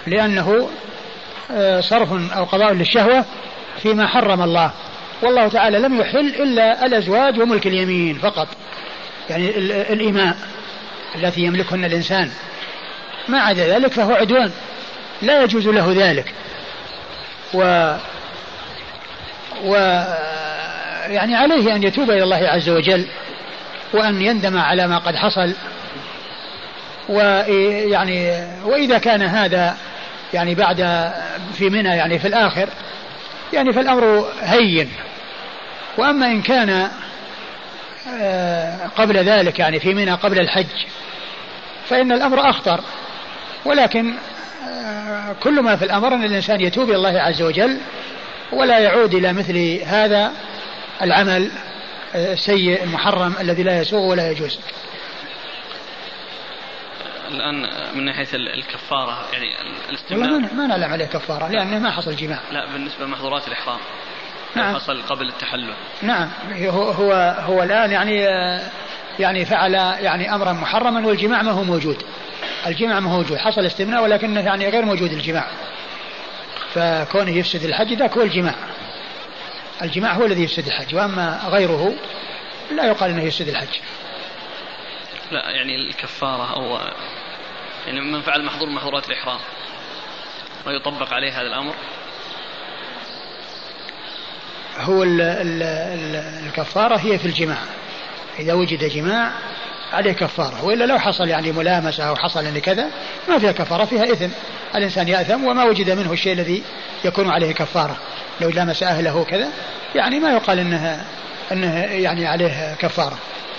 لأنه صرف أو قضاء للشهوة فيما حرم الله، والله تعالى لم يحل إلا الأزواج وملك اليمين فقط، يعني الإماء التي يملكهن الإنسان، ما عدا ذلك فهو عدوان لا يجوز له ذلك. يعني عليه أن يتوب إلى الله عز وجل وأن يندم على ما قد حصل، ويعني وإذا كان هذا يعني بعد في منى يعني في الآخر يعني فالأمر هين. وأما إن كان قبل ذلك يعني في منى قبل الحج فإن الأمر أخطر، ولكن كل ما في الأمر أن الإنسان يتوب إلى الله عز وجل ولا يعود إلى مثل هذا العمل السيء المحرم الذي لا يسوغ ولا يجوز. الآن من ناحية الكفارة يعني الاستمناء ما نعلم عليه كفارة لأنه ما حصل جماع. لا بالنسبة لمحظورات الإحرام نعم. حصل قبل التحلل. نعم هو الآن يعني فعل يعني أمرا محرما والجماع ما هو موجود، الجماع ما هو موجود، حصل استمناء ولكنه يعني غير موجود الجماع، فكونه يفسد الحج ذاك هو الجماع هو الذي يفسد الحج، وأما غيره لا يقال أنه يفسد الحج. لا يعني الكفارة أو يعني من فعل محظور محظورات الإحرام ويطبق عليه هذا الأمر. هو الكفارة هي في الجماع، إذا وجد جماع عليه كفارة، وإلا لو حصل يعني ملامسة أو حصل يعني كذا ما فيها كفارة، فيها إثم، الإنسان يأثم وما وجد منه الشيء الذي يكون عليه كفارة. لو لامس أهله كذا يعني ما يقال أنه يعني عليه كفارة.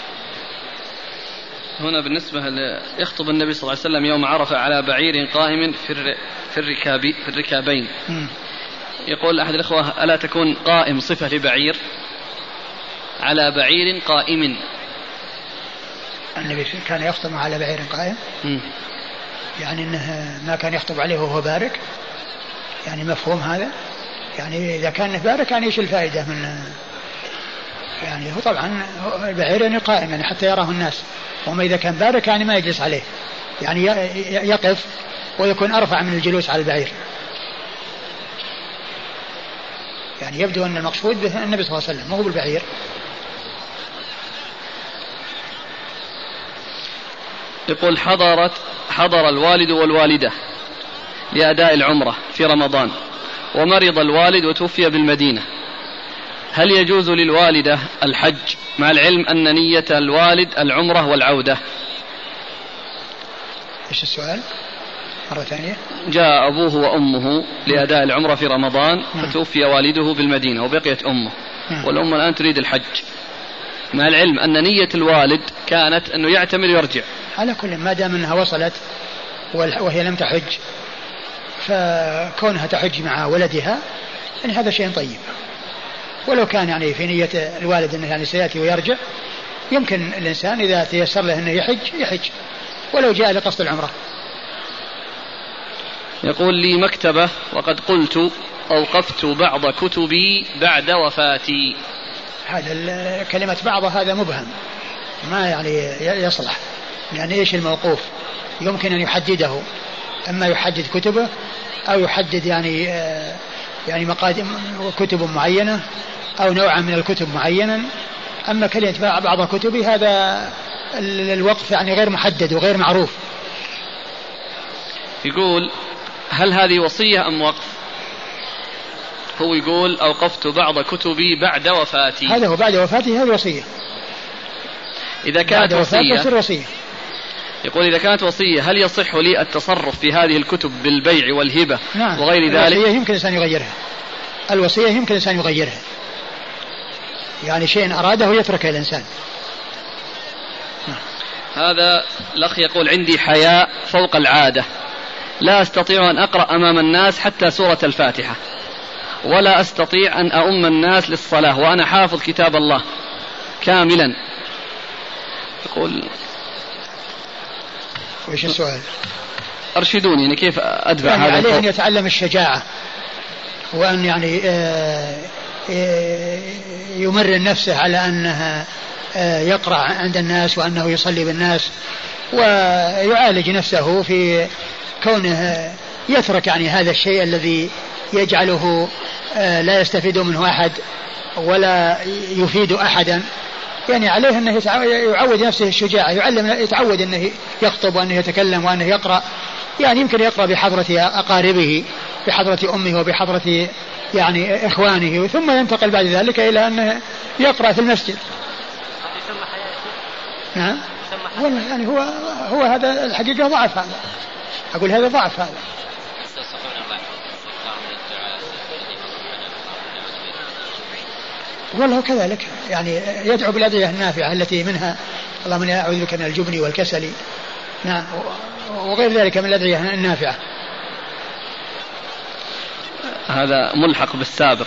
هنا بالنسبة يخطب النبي صلى الله عليه وسلم يوم عرفة على بعير قائم في الركابين. يقول أحد الأخوة ألا تكون قائم صفة لبعير على بعير قائم؟ النبي كان يخطب على بعير قائم يعني أنه ما كان يخطب عليه وهو بارك، يعني مفهوم هذا؟ يعني إذا كان بارك يعني إيش الفائدة من يعني هو طبعا البعير يعني قائم يعني حتى يراه الناس، وما إذا كان بارك يعني ما يجلس عليه، يعني يقف ويكون أرفع من الجلوس على البعير. يعني يبدو أن المقصود به النبي صلى الله عليه وسلم ما هو بالبعير. يقول حضر الوالد والوالدة لأداء العمرة في رمضان ومرض الوالد وتوفي بالمدينة، هل يجوز للوالدة الحج مع العلم أن نية الوالد العمرة والعودة؟ إيش السؤال مرة ثانية؟ جاء أبوه وأمه لأداء العمرة في رمضان فتوفي والده بالمدينة وبقيت أمه والأم الآن تريد الحج، مع العلم أن نية الوالد كانت أنه يعتمر ويرجع. على كل ما دام أنها وصلت وهي لم تحج فكونها تحج مع ولدها يعني هذا شيء طيب، ولو كان يعني في نية الوالد أنه يعني سيأتي ويرجع يمكن الإنسان إذا تيسر له أنه يحج ولو جاء لقصد العمرة. يقول لي مكتبة وقد قلت أوقفت بعض كتبي بعد وفاتي. هذا كلمة بعض هذا مبهم ما يعني يصلح، يعني إيش الموقوف؟ يمكن أن يحدده، أما يحدد كتبه أو يحدد يعني مقادم كتب معينة أو نوعا من الكتب معينا. أما كلمة بعض كتبي هذا الوقف يعني غير محدد وغير معروف. يقول هل هذه وصية أم وقف؟ هو يقول أوقفت بعض كتبي بعد وفاتي. هذا هو بعد وفاتي، هذه وصية. إذا كانت وصية يقول إذا كانت وصية هل يصح لي التصرف في هذه الكتب بالبيع والهبة وغير ذلك؟ الوصية يمكن الإنسان يغيرها، الوصية يمكن الإنسان يغيرها، يعني شيء أراده يتركه الإنسان. هذا الأخ يقول عندي حياء فوق العادة، لا أستطيع أن أقرأ أمام الناس حتى سورة الفاتحة، ولا أستطيع أن أؤم الناس للصلاة وأنا حافظ كتاب الله كاملا. يقول وإيش السؤال؟ أرشدوني يعني كيف أدفع يعني هذا؟ عليه أن يتعلم الشجاعة وأن يعني يمرن نفسه على أنه يقرأ عند الناس وأنه يصلي بالناس، ويعالج نفسه في كونه يترك يعني هذا الشيء الذي يجعله لا يستفيد منه أحد ولا يفيد أحدا. يعني عليه أنه يعود نفسه الشجاعة، يتعود أنه يخطب وأنه يتكلم وأنه يقرأ. يعني يمكن يقرأ بحضرة أقاربه، بحضرة أمه وبحضرة يعني إخوانه، ثم ينتقل بعد ذلك إلى أنه يقرأ في المسجد. نعم. يعني هو هذا الحقيقة ضعف هذا، أقول هذا ضعف هذا. والله كذلك يعني يدعو بالأدعية النافعة التي منها اللهم إني أعوذ بك من الجبن والكسل، نعم، وغير ذلك من الأدعية النافعة. هذا ملحق بالسابق.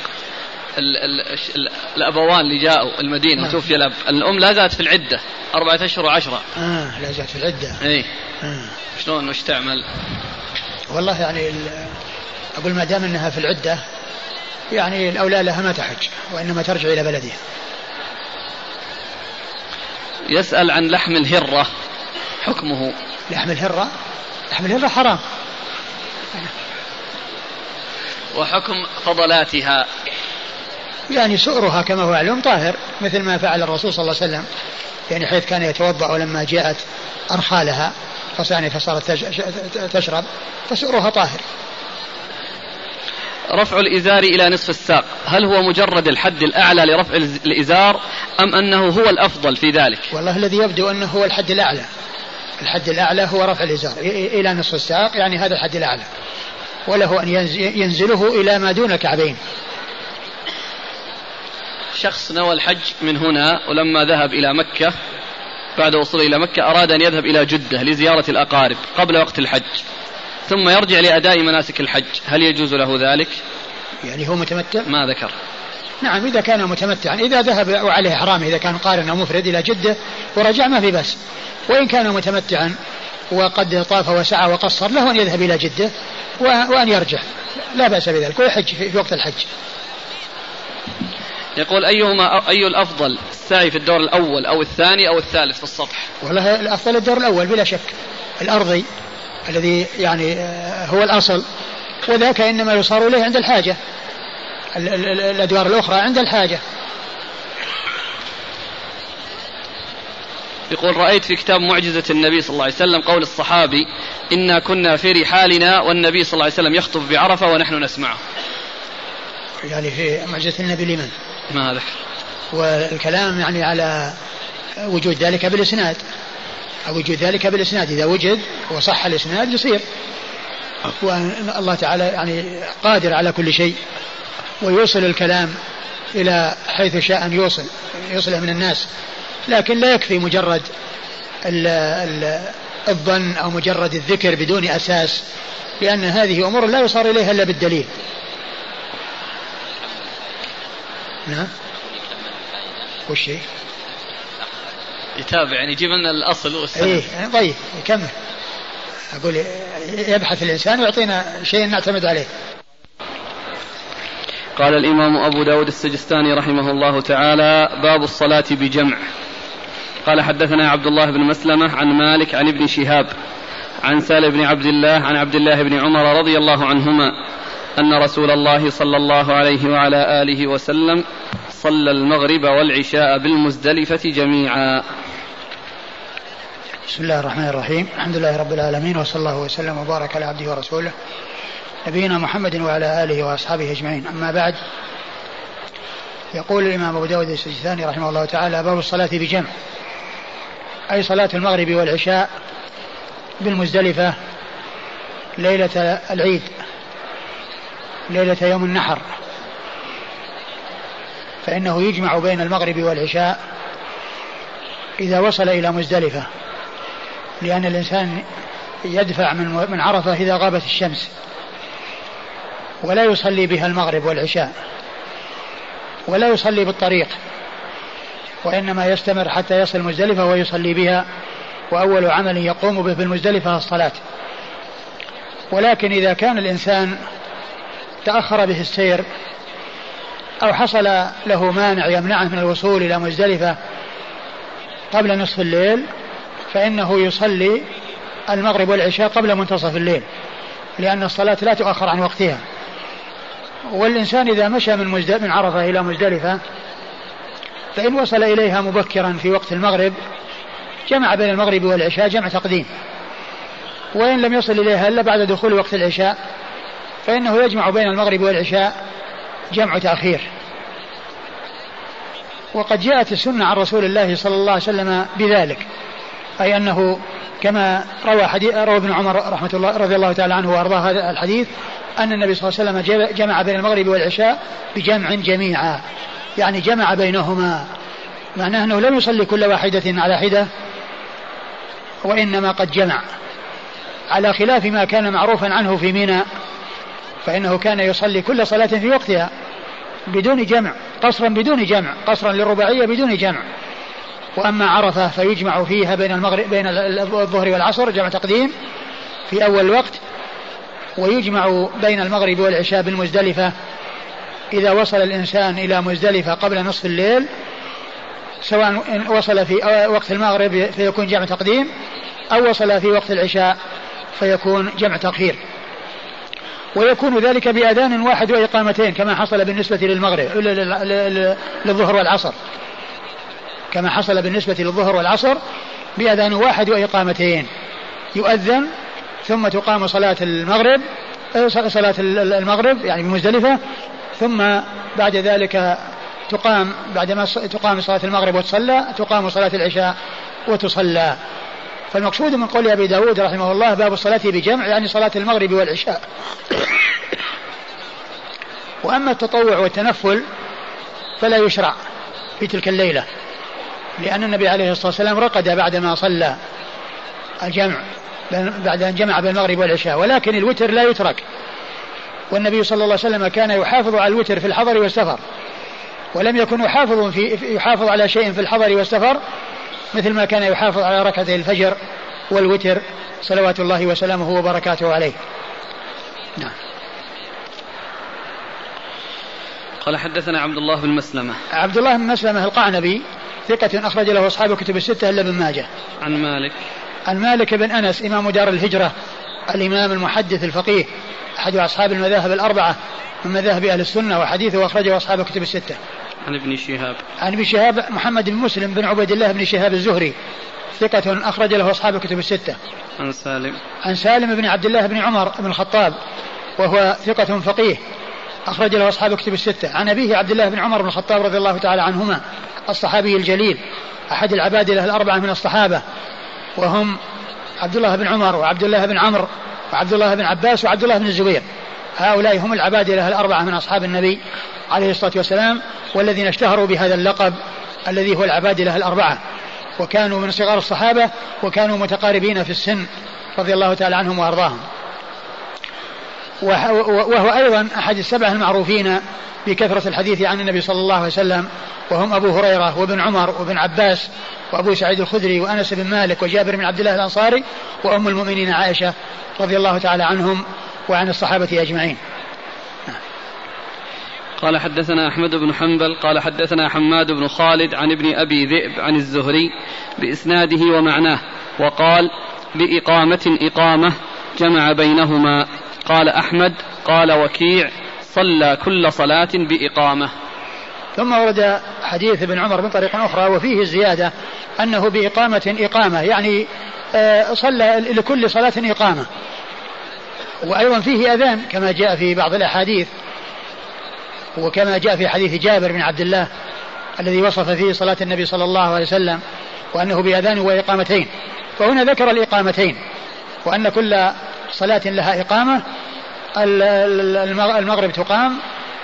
الأبوان اللي جاءوا المدينة وتوفي الأب، الأم لا زالت في العدة 4 أشهر و10. لا زالت في العدة. إيه. شلون وش تعمل؟ والله يعني أقول ما دام أنها في العدة يعني الأولى لها ما تحج وإنما ترجع إلى بلدها. يسأل عن لحم الهرة، حكمه؟ لحم الهرة حرام. وحكم فضلاتها؟ يعني سؤرها كما هو معلوم طاهر، مثل ما فعل الرسول صلى الله عليه وسلم، يعني حيث كان يتوضأ ولما جاءت أرخالها فصارت تشرب، فسؤرها طاهر. رفع الإزار إلى نصف الساق، هل هو مجرد الحد الأعلى لرفع الإزار أم أنه هو الأفضل في ذلك؟ والله الذي يبدو أنه هو الحد الأعلى. الحد الأعلى هو رفع الإزار إلى نصف الساق، يعني هذا الحد الأعلى، وله أن ينزله إلى ما دون الكعبين. شخص نوى الحج من هنا ولما ذهب إلى مكة بعد وصوله إلى مكة أراد أن يذهب إلى جدة لزيارة الأقارب قبل وقت الحج ثم يرجع لأداء مناسك الحج، هل يجوز له ذلك؟ يعني هو متمتع؟ ما ذكر. نعم إذا كان متمتعا، إذا ذهب وعليه إحرام، إذا كان قارن أو مفرد إلى جدة ورجع ما في بأس. وإن كان متمتعا وقد طاف وسعى وقصر له أن يذهب إلى جدة وأن يرجع، لا بأس بذلك، ويحج في وقت الحج. يقول أي الأفضل، السعي في الدور الأول أو الثاني أو الثالث في السطح؟ والله الأفضل الدور الأول بلا شك، الأرضي الذي يعني هو الأصل، وذاك إنما يصار إليه عند الحاجة، الأدوار الأخرى عند الحاجة. يقول رأيت في كتاب معجزة النبي صلى الله عليه وسلم قول الصحابي إنا كنا في رحالنا والنبي صلى الله عليه وسلم يخطب بعرفة ونحن نسمعه. يعني في معجزة النبي لمن؟ ما ذكر. والكلام يعني على وجود ذلك بالإسناد، أو وجود ذلك بالإسناد، إذا وجد وصح الإسناد يصير، والله تعالى يعني قادر على كل شيء ويوصل الكلام إلى حيث شاء أن يوصله من الناس، لكن لا يكفي مجرد الظن أو مجرد الذكر بدون أساس، لأن هذه أمور لا يصار إليها إلا بالدليل. نعم. والشيء يتابع يعني يجيب لنا الأصل والسند. إيه طيب يكمل، أقول يبحث الإنسان ويعطينا شيء نعتمد عليه. قال الإمام أبو داود السجستاني رحمه الله تعالى: باب الصلاة بجمع. قال حدثنا عبد الله بن مسلمة عن مالك عن ابن شهاب عن سالم بن عبد الله عن عبد الله بن عمر رضي الله عنهما أن رسول الله صلى الله عليه وعلى آله وسلم صلى المغرب والعشاء بالمزدلفة جميعا. بسم الله الرحمن الرحيم، الحمد لله رب العالمين، وصلى الله وسلم وبارك على عبده ورسوله نبينا محمد وعلى آله وأصحابه أجمعين. أما بعد، يقول الإمام أبو داود السجستاني رحمه الله تعالى: باب الصلاة بجمع، أي صلاة المغرب والعشاء بالمزدلفة ليلة العيد، ليلة يوم النحر، فإنه يجمع بين المغرب والعشاء إذا وصل إلى مزدلفة، لأن الإنسان يدفع من عرفة إذا غابت الشمس، ولا يصلي بها المغرب والعشاء، ولا يصلي بالطريق، وإنما يستمر حتى يصل مزدلفة ويصلي بها، وأول عمل يقوم به بالمزدلفة الصلاة. ولكن إذا كان الإنسان تأخر به السير أو حصل له مانع يمنعه من الوصول إلى مزدلفة قبل نصف الليل، فإنه يصلي المغرب والعشاء قبل منتصف الليل، لأن الصلاة لا تؤخر عن وقتها. والإنسان إذا مشى من عرفة إلى مزدلفة فإن وصل إليها مبكرا في وقت المغرب جمع بين المغرب والعشاء جمع تقديم، وإن لم يصل إليها إلا بعد دخول وقت العشاء فإنه يجمع بين المغرب والعشاء جمع تأخير. وقد جاءت السنة عن رسول الله صلى الله عليه وسلم بذلك، أي أنه كما روى ابن عمر رحمة الله رضي الله تعالى عنه وأرضاه هذا الحديث أن النبي صلى الله عليه وسلم جمع بين المغرب والعشاء بجمع جميعا، يعني جمع بينهما، معناه أنه لم يصلي كل واحدة على حدة، وإنما قد جمع، على خلاف ما كان معروفا عنه في منى، فإنه كان يصلي كل صلاة في وقتها بدون جمع، قصرا بدون جمع، قصرا للرباعية بدون جمع. وأما عرفة فيجمع فيها بين الظهر والعصر جمع تقديم في أول الوقت، ويجمع بين المغرب والعشاء بالمزدلفة إذا وصل الإنسان إلى مزدلفة قبل نصف الليل، سواء وصل في وقت المغرب فيكون جمع تقديم أو وصل في وقت العشاء فيكون جمع تأخير. ويكون ذلك بأذان واحد وإقامتين كما حصل بالنسبة للظهر والعصر، كما حصل بالنسبة للظهر والعصر بأذان واحد وإقامتين، يؤذن ثم تقام صلاة المغرب يعني بمزدلفة، ثم بعد ذلك تقام بعدما تقام صلاة المغرب وتصلى تقام صلاة العشاء وتصلى. فالمقصود من قول أبي داود رحمه الله باب الصلاة بجمع يعني صلاة المغرب والعشاء. وأما التطوع والتنفل فلا يشرع في تلك الليلة، لأن النبي عليه الصلاة والسلام رقد بعدما صلى الجمع بعد أن جمع بين المغرب والعشاء، ولكن الوتر لا يترك، والنبي صلى الله عليه وسلم كان يحافظ على الوتر في الحضر والسفر، ولم يكن يحافظ على شيء في الحضر والسفر مثل ما كان يحافظ على ركعتي الفجر والوتر صلوات الله وسلامه وبركاته عليه. نعم. قال حدثنا عبد الله بن مسلمة. عبد الله بن مسلمة القعنبي ثقة أخرج له أصحاب الكتب الستة إلا ابن ماجه. عن مالك بن أنس إمام دار الهجرة الإمام المحدث الفقيه أحد أصحاب المذاهب الأربعة من مذاهب أهل السنة، وحديثه أخرجه أصحاب الكتب الستة. عن ابن شهاب محمد بن مسلم بن عبيد الله بن شهاب الزهري ثقة أخرج له أصحاب الكتب الستة. عن سالم بن عبد الله بن عمر بن الخطاب وهو ثقة فقيه أخرج له أصحاب الكتب الستة. عن أبيه عبد الله بن عمر بن الخطاب رضي الله تعالى عنهما الصحابي الجليل أحد العبادلة الأربعة من الصحابة، وهم عبد الله بن عمر وعبد الله بن عمرو وعبد الله بن عباس وعبد الله بن الزبير. هؤلاء هم العبادلة الأربعة من أصحاب النبي عليه الصلاة والسلام، والذين اشتهروا بهذا اللقب الذي هو العبادلة الأربعة، وكانوا من صغار الصحابة وكانوا متقاربين في السن رضي الله تعالى عنهم وأرضاهم. وهو أيضا أحد السبعة المعروفين بكثرة الحديث عن النبي صلى الله عليه وسلم، وهم أبو هريرة وابن عمر وابن عباس وأبو سعيد الخدري وأنس بن مالك وجابر بن عبد الله الأنصاري وأم المؤمنين عائشة رضي الله تعالى عنهم وعن الصحابة أجمعين. قال حدثنا أحمد بن حنبل قال حدثنا حماد بن خالد عن ابن أبي ذئب عن الزهري بإسناده ومعناه، وقال بإقامة إقامة جمع بينهما. قال أحمد قال وكيع صلى كل صلاة بإقامة. ثم ورد حديث ابن عمر من طريق أخرى وفيه الزيادة أنه بإقامة إقامة، يعني صلى لكل صلاة إقامة. وأيضا فيه أذان كما جاء في بعض الأحاديث، وكما جاء في حديث جابر بن عبد الله الذي وصف فيه صلاة النبي صلى الله عليه وسلم وأنه بأذان وإقامتين. فهنا ذكر الإقامتين، وأن كل صلاة لها إقامة. المغرب تقام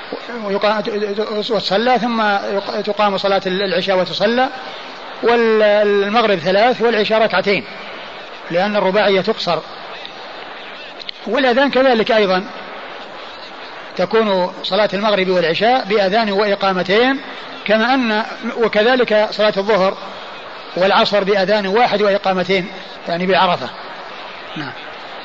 وتصلى، ثم تقام صلاة العشاء وتصلى، والمغرب 3 والعشاء 2 لأن الرباعية تقصر. والأذان كذلك أيضا تكون صلاة المغرب والعشاء بأذان وإقامتين، كما أن وكذلك صلاة الظهر والعصر بأذان واحد وإقامتين يعني بعرفة. نعم.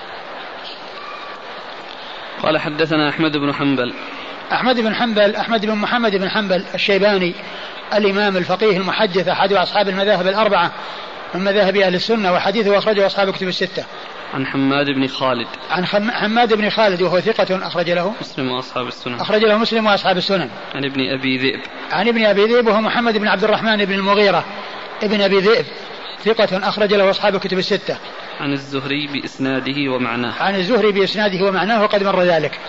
قال حدثنا أحمد بن حنبل. أحمد بن محمد بن حنبل الشيباني الإمام الفقيه المحدث أحد أصحاب المذاهب الأربعة من مذاهب أهل السنة، وحديثه أخرجه أصحاب كتب الستة. عن حماد بن خالد. عن حماد بن خالد وهو ثقة أخرج له مسلم وأصحاب السنن. أخرج له مسلم وأصحاب السنن. عن ابن أبي ذئب. عن ابن أبي ذئب وهو محمد بن عبد الرحمن بن المغيرة ابن أبي ذئب ثقة أخرج له أصحاب كتب الستة. عن الزهري بإسناده ومعناه. عن الزهري بإسناده ومعناه وقد مر ذلك.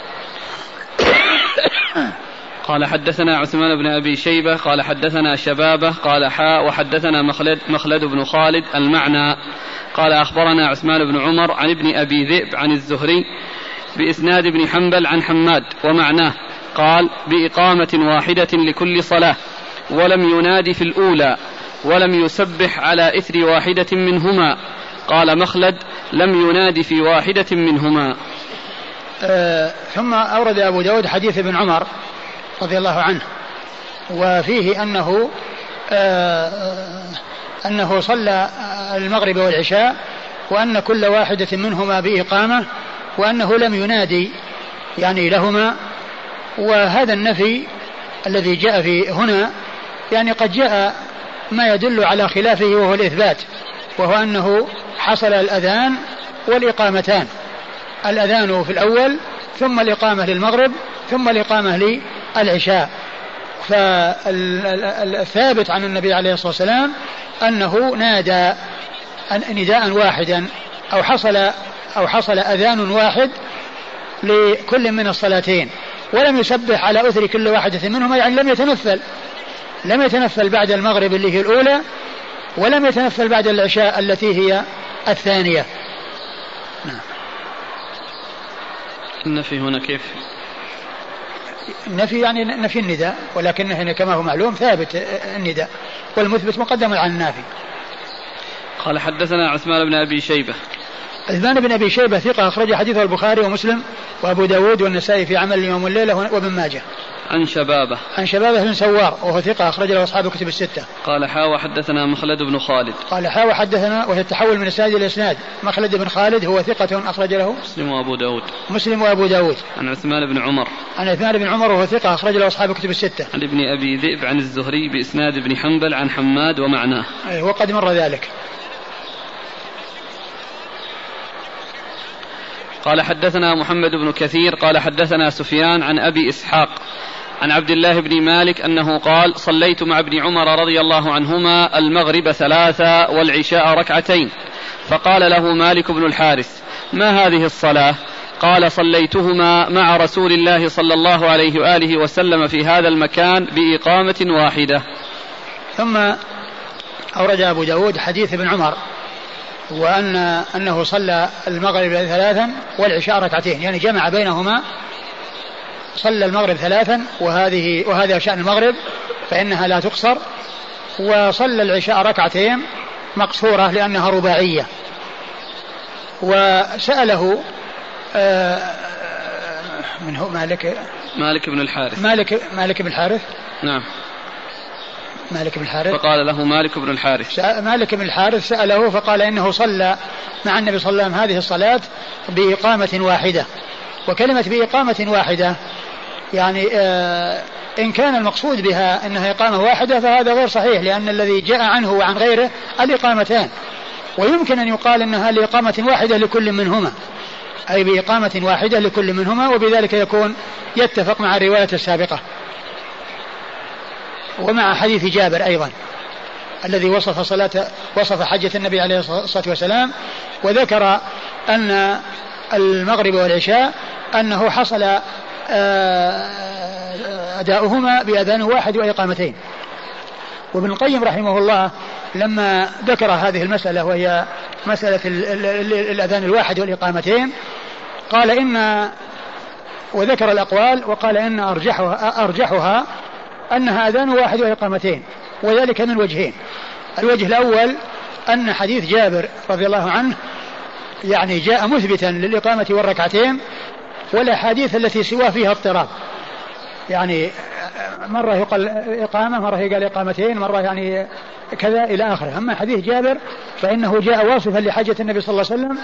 قال حدثنا عثمان بن أبي شيبة قال حدثنا شبابة قال وحدثنا مخلد بن خالد المعنى قال أخبرنا عثمان بن عمر عن ابن أبي ذئب عن الزهري بإسناد ابن حنبل عن حماد ومعناه قال بإقامة واحدة لكل صلاة ولم ينادي في الأولى ولم يسبح على إثر واحدة منهما. قال مخلد لم ينادي في واحدة منهما. ثم أورد أبو داود حديث ابن عمر رضي الله عنه وفيه أنه صلى المغرب والعشاء وأن كل واحدة منهما بإقامة وأنه لم ينادي يعني لهما. وهذا النفي الذي جاء في هنا يعني قد جاء ما يدل على خلافه وهو الإثبات، وهو أنه حصل الأذان والإقامتان، الأذان في الأول ثم الإقامة للمغرب ثم الإقامة للعشاء. فالثابت عن النبي عليه الصلاة والسلام أنه نادى نداء واحدا أو حصل أذان واحد لكل من الصلاتين، ولم يسبح على أثر كل واحدة منهما، يعني لم يتنفل بعد المغرب اللي هي الأولى، ولم يتنفل بعد العشاء التي هي الثانية. النفي هنا كيف؟ النفي يعني نفي النداء، ولكن هنا كما هو معلوم ثابت النداء والمثبت مقدم على النافي. قال حدثنا عثمان بن أبي شيبة. عثمان بن أبي شيبة ثقة أخرج حديثه البخاري ومسلم وأبو داود والنسائي في عمل يوم الليلة وابن ماجه. عن شبابة بن سوار وهو ثقة أخرج له أصحاب كتب الستة. قال وحدثنا مخلد بن خالد. قال وحدثنا وهي التحول من الإسناد إلى الإسناد. مخلد بن خالد هو ثقة أخرج له مسلم وأبو داود. عن عثمان بن عمر وهو ثقة أخرج له أصحاب كتب الستة. عن ابن أبي ذئب عن الزهري بإسناد ابن حنبل عن حماد ومعناه. وقد مر ذلك. قال حدثنا محمد بن كثير قال حدثنا سفيان عن أبي إسحاق عن عبد الله بن مالك أنه قال صليت مع ابن عمر رضي الله عنهما المغرب 3 والعشاء 2 فقال له مالك بن الحارث ما هذه الصلاة؟ قال صليتهما مع رسول الله صلى الله عليه وآله وسلم في هذا المكان بإقامة واحدة. ثم أورد أبو داود حديث ابن عمر أنه صلى المغرب 3 والعشاء 2، يعني جمع بينهما، صلى المغرب 3 وهذا شأن المغرب فإنها لا تقصر، وصلى العشاء 2 مقصورة لأنها رباعية. وسأله من هو مالك بن الحارث. مالك بن الحارث. نعم مالك بن الحارث. فقال له مالك بن الحارث سأله فقال إنه صلى مع النبي صلى الله عليه وسلم هذه الصلاة بإقامة واحدة. وكلمة بإقامة واحدة يعني إن كان المقصود بها أنها إقامة واحدة فهذا غير صحيح، لأن الذي جاء عنه وعن غيره الإقامتان، ويمكن أن يقال أنها لإقامة واحدة لكل منهما، أي بإقامة واحدة لكل منهما، وبذلك يكون يتفق مع الرواية السابقة ومع حديث جابر أيضا الذي وصف حجة النبي عليه الصلاة والسلام، وذكر أن المغرب والعشاء أنه حصل أداؤهما بأذان واحد وإقامتين. وابن القيم رحمه الله لما ذكر هذه المسألة وهي مسألة الأذان الواحد والإقامتين قال وذكر الأقوال وقال إن أرجحها أنها أذان واحد وإقامتين، وذلك من وجهين. الوجه الأول أن حديث جابر رضي الله عنه يعني جاء مثبتا للإقامة والركعتين، والأحاديث التي سواه فيها اضطراب، يعني مرة يقال إقامة، مرة يقال إقامتين، مرة يعني كذا إلى آخره. أما حديث جابر فإنه جاء واصفا لحاجة النبي صلى الله عليه وسلم،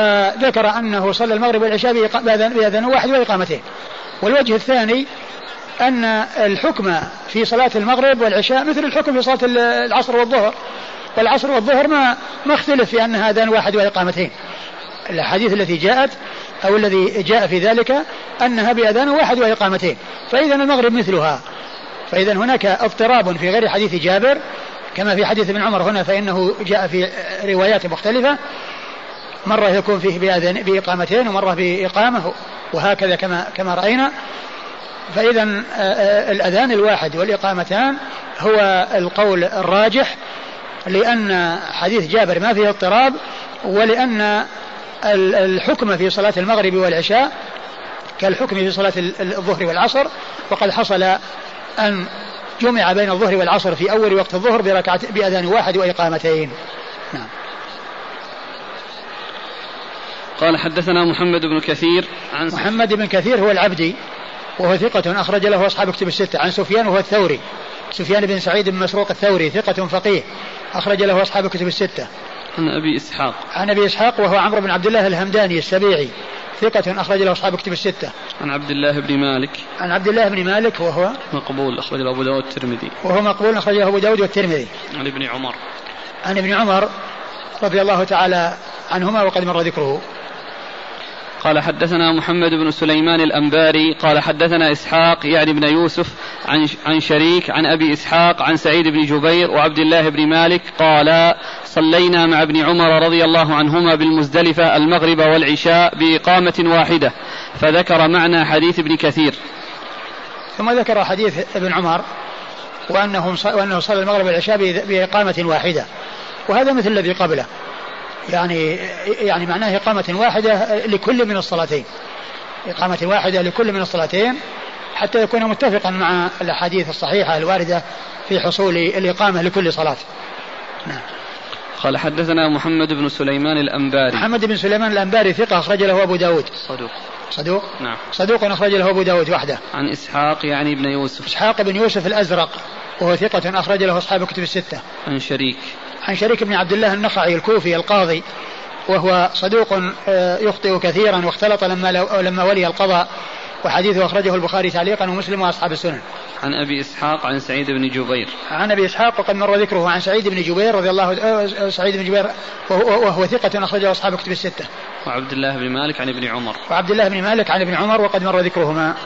وذكر أنه صلى المغرب والعشاء بأذان واحد وإقامتين. والوجه الثاني أن الحكم في صلاة المغرب والعشاء مثل الحكم في صلاة العصر والظهر، والعصر والظهر ما اختلف في أنها أذان واحد وإقامتين. الحديث التي جاءت أو الذي جاء في ذلك أنها بأذان واحد وإقامتين، فإذا المغرب مثلها. فإذا هناك اضطراب في غير حديث جابر كما في حديث ابن عمر هنا، فإنه جاء في روايات مختلفة، مرة يكون فيه بإقامتين ومرة بإقامة، وهكذا كما رأينا. فإذا الأذان الواحد والإقامتان هو القول الراجح، لأن حديث جابر ما فيه اضطراب، ولأن الحكم في صلاة المغرب والعشاء كالحكم في صلاة الظهر والعصر، وقد حصل أن جمع بين الظهر والعصر في أول وقت الظهر بأذان واحد وإقامتين. نعم. قال حدثنا محمد بن كثير عن محمد بن كثير هو العبدي وهو ثقة أخرج له أصحاب كتب الستة. عن سفيان وهو الثوري، سفيان بن سعيد بن مسروق الثوري ثقة فقيه أخرج له أصحاب كتب الستة. عن أبي إسحاق، عن أبي إسحاق وهو عمرو بن عبد الله الهمداني السبيعي ثقة أخرج له أصحاب كتب الستة. عن عبد الله بن مالك، عن عبد الله بن مالك وهو مقبول أخرج له أبو داود والترمذي، وهو مقبول أخرج له أبو داود والترمذي. عن ابن عمر، عن ابن عمر رضي الله تعالى عنهما وقد مر ذكره. قال حدثنا محمد بن سليمان الأنباري قال حدثنا إسحاق يعني بن يوسف عن شريك عن أبي إسحاق عن سعيد بن جبير وعبد الله بن مالك قال صلينا مع ابن عمر رضي الله عنهما بالمزدلفة المغرب والعشاء بإقامة واحدة، فذكر معنى حديث ابن كثير. ثم ذكر حديث ابن عمر وأنه صلى المغرب والعشاء بإقامة واحدة، وهذا مثل الذي قبله، يعني معناه إقامة واحدة لكل من الصلاتين، إقامة واحدة لكل من الصلاتين حتى يكون متفقا مع الأحاديث الصحيحة الواردة في حصول الإقامة لكل صلاة. نعم. قال حدثنا محمد بن سليمان الأنباري، محمد بن سليمان الأنباري ثقة أخرج له أبو داود. صدوق نعم، صدوق أخرج له أبو داود وحده. عن إسحاق يعني ابن يوسف، إسحاق بن يوسف الأزرق وهو ثقة أخرج له أصحاب كتب الستة. عن شريك، عن شريك بن عبد الله النخعي الكوفي القاضي وهو صدوق يخطئ كثيرا واختلط لما ولي القضاء، وحديثه أخرجه البخاري تعليقا ومسلم وأصحاب السنن. عن أبي إسحاق عن سعيد بن جبير، عن أبي إسحاق وقد مر ذكره. عن سعيد بن جبير رضي الله سعيد بن جبير وهو ثقة أخرجه أصحاب كتب الستة. وعبد الله بن مالك عن ابن عمر، وعبد الله بن مالك عن ابن عمر وقد مر ذكرهما.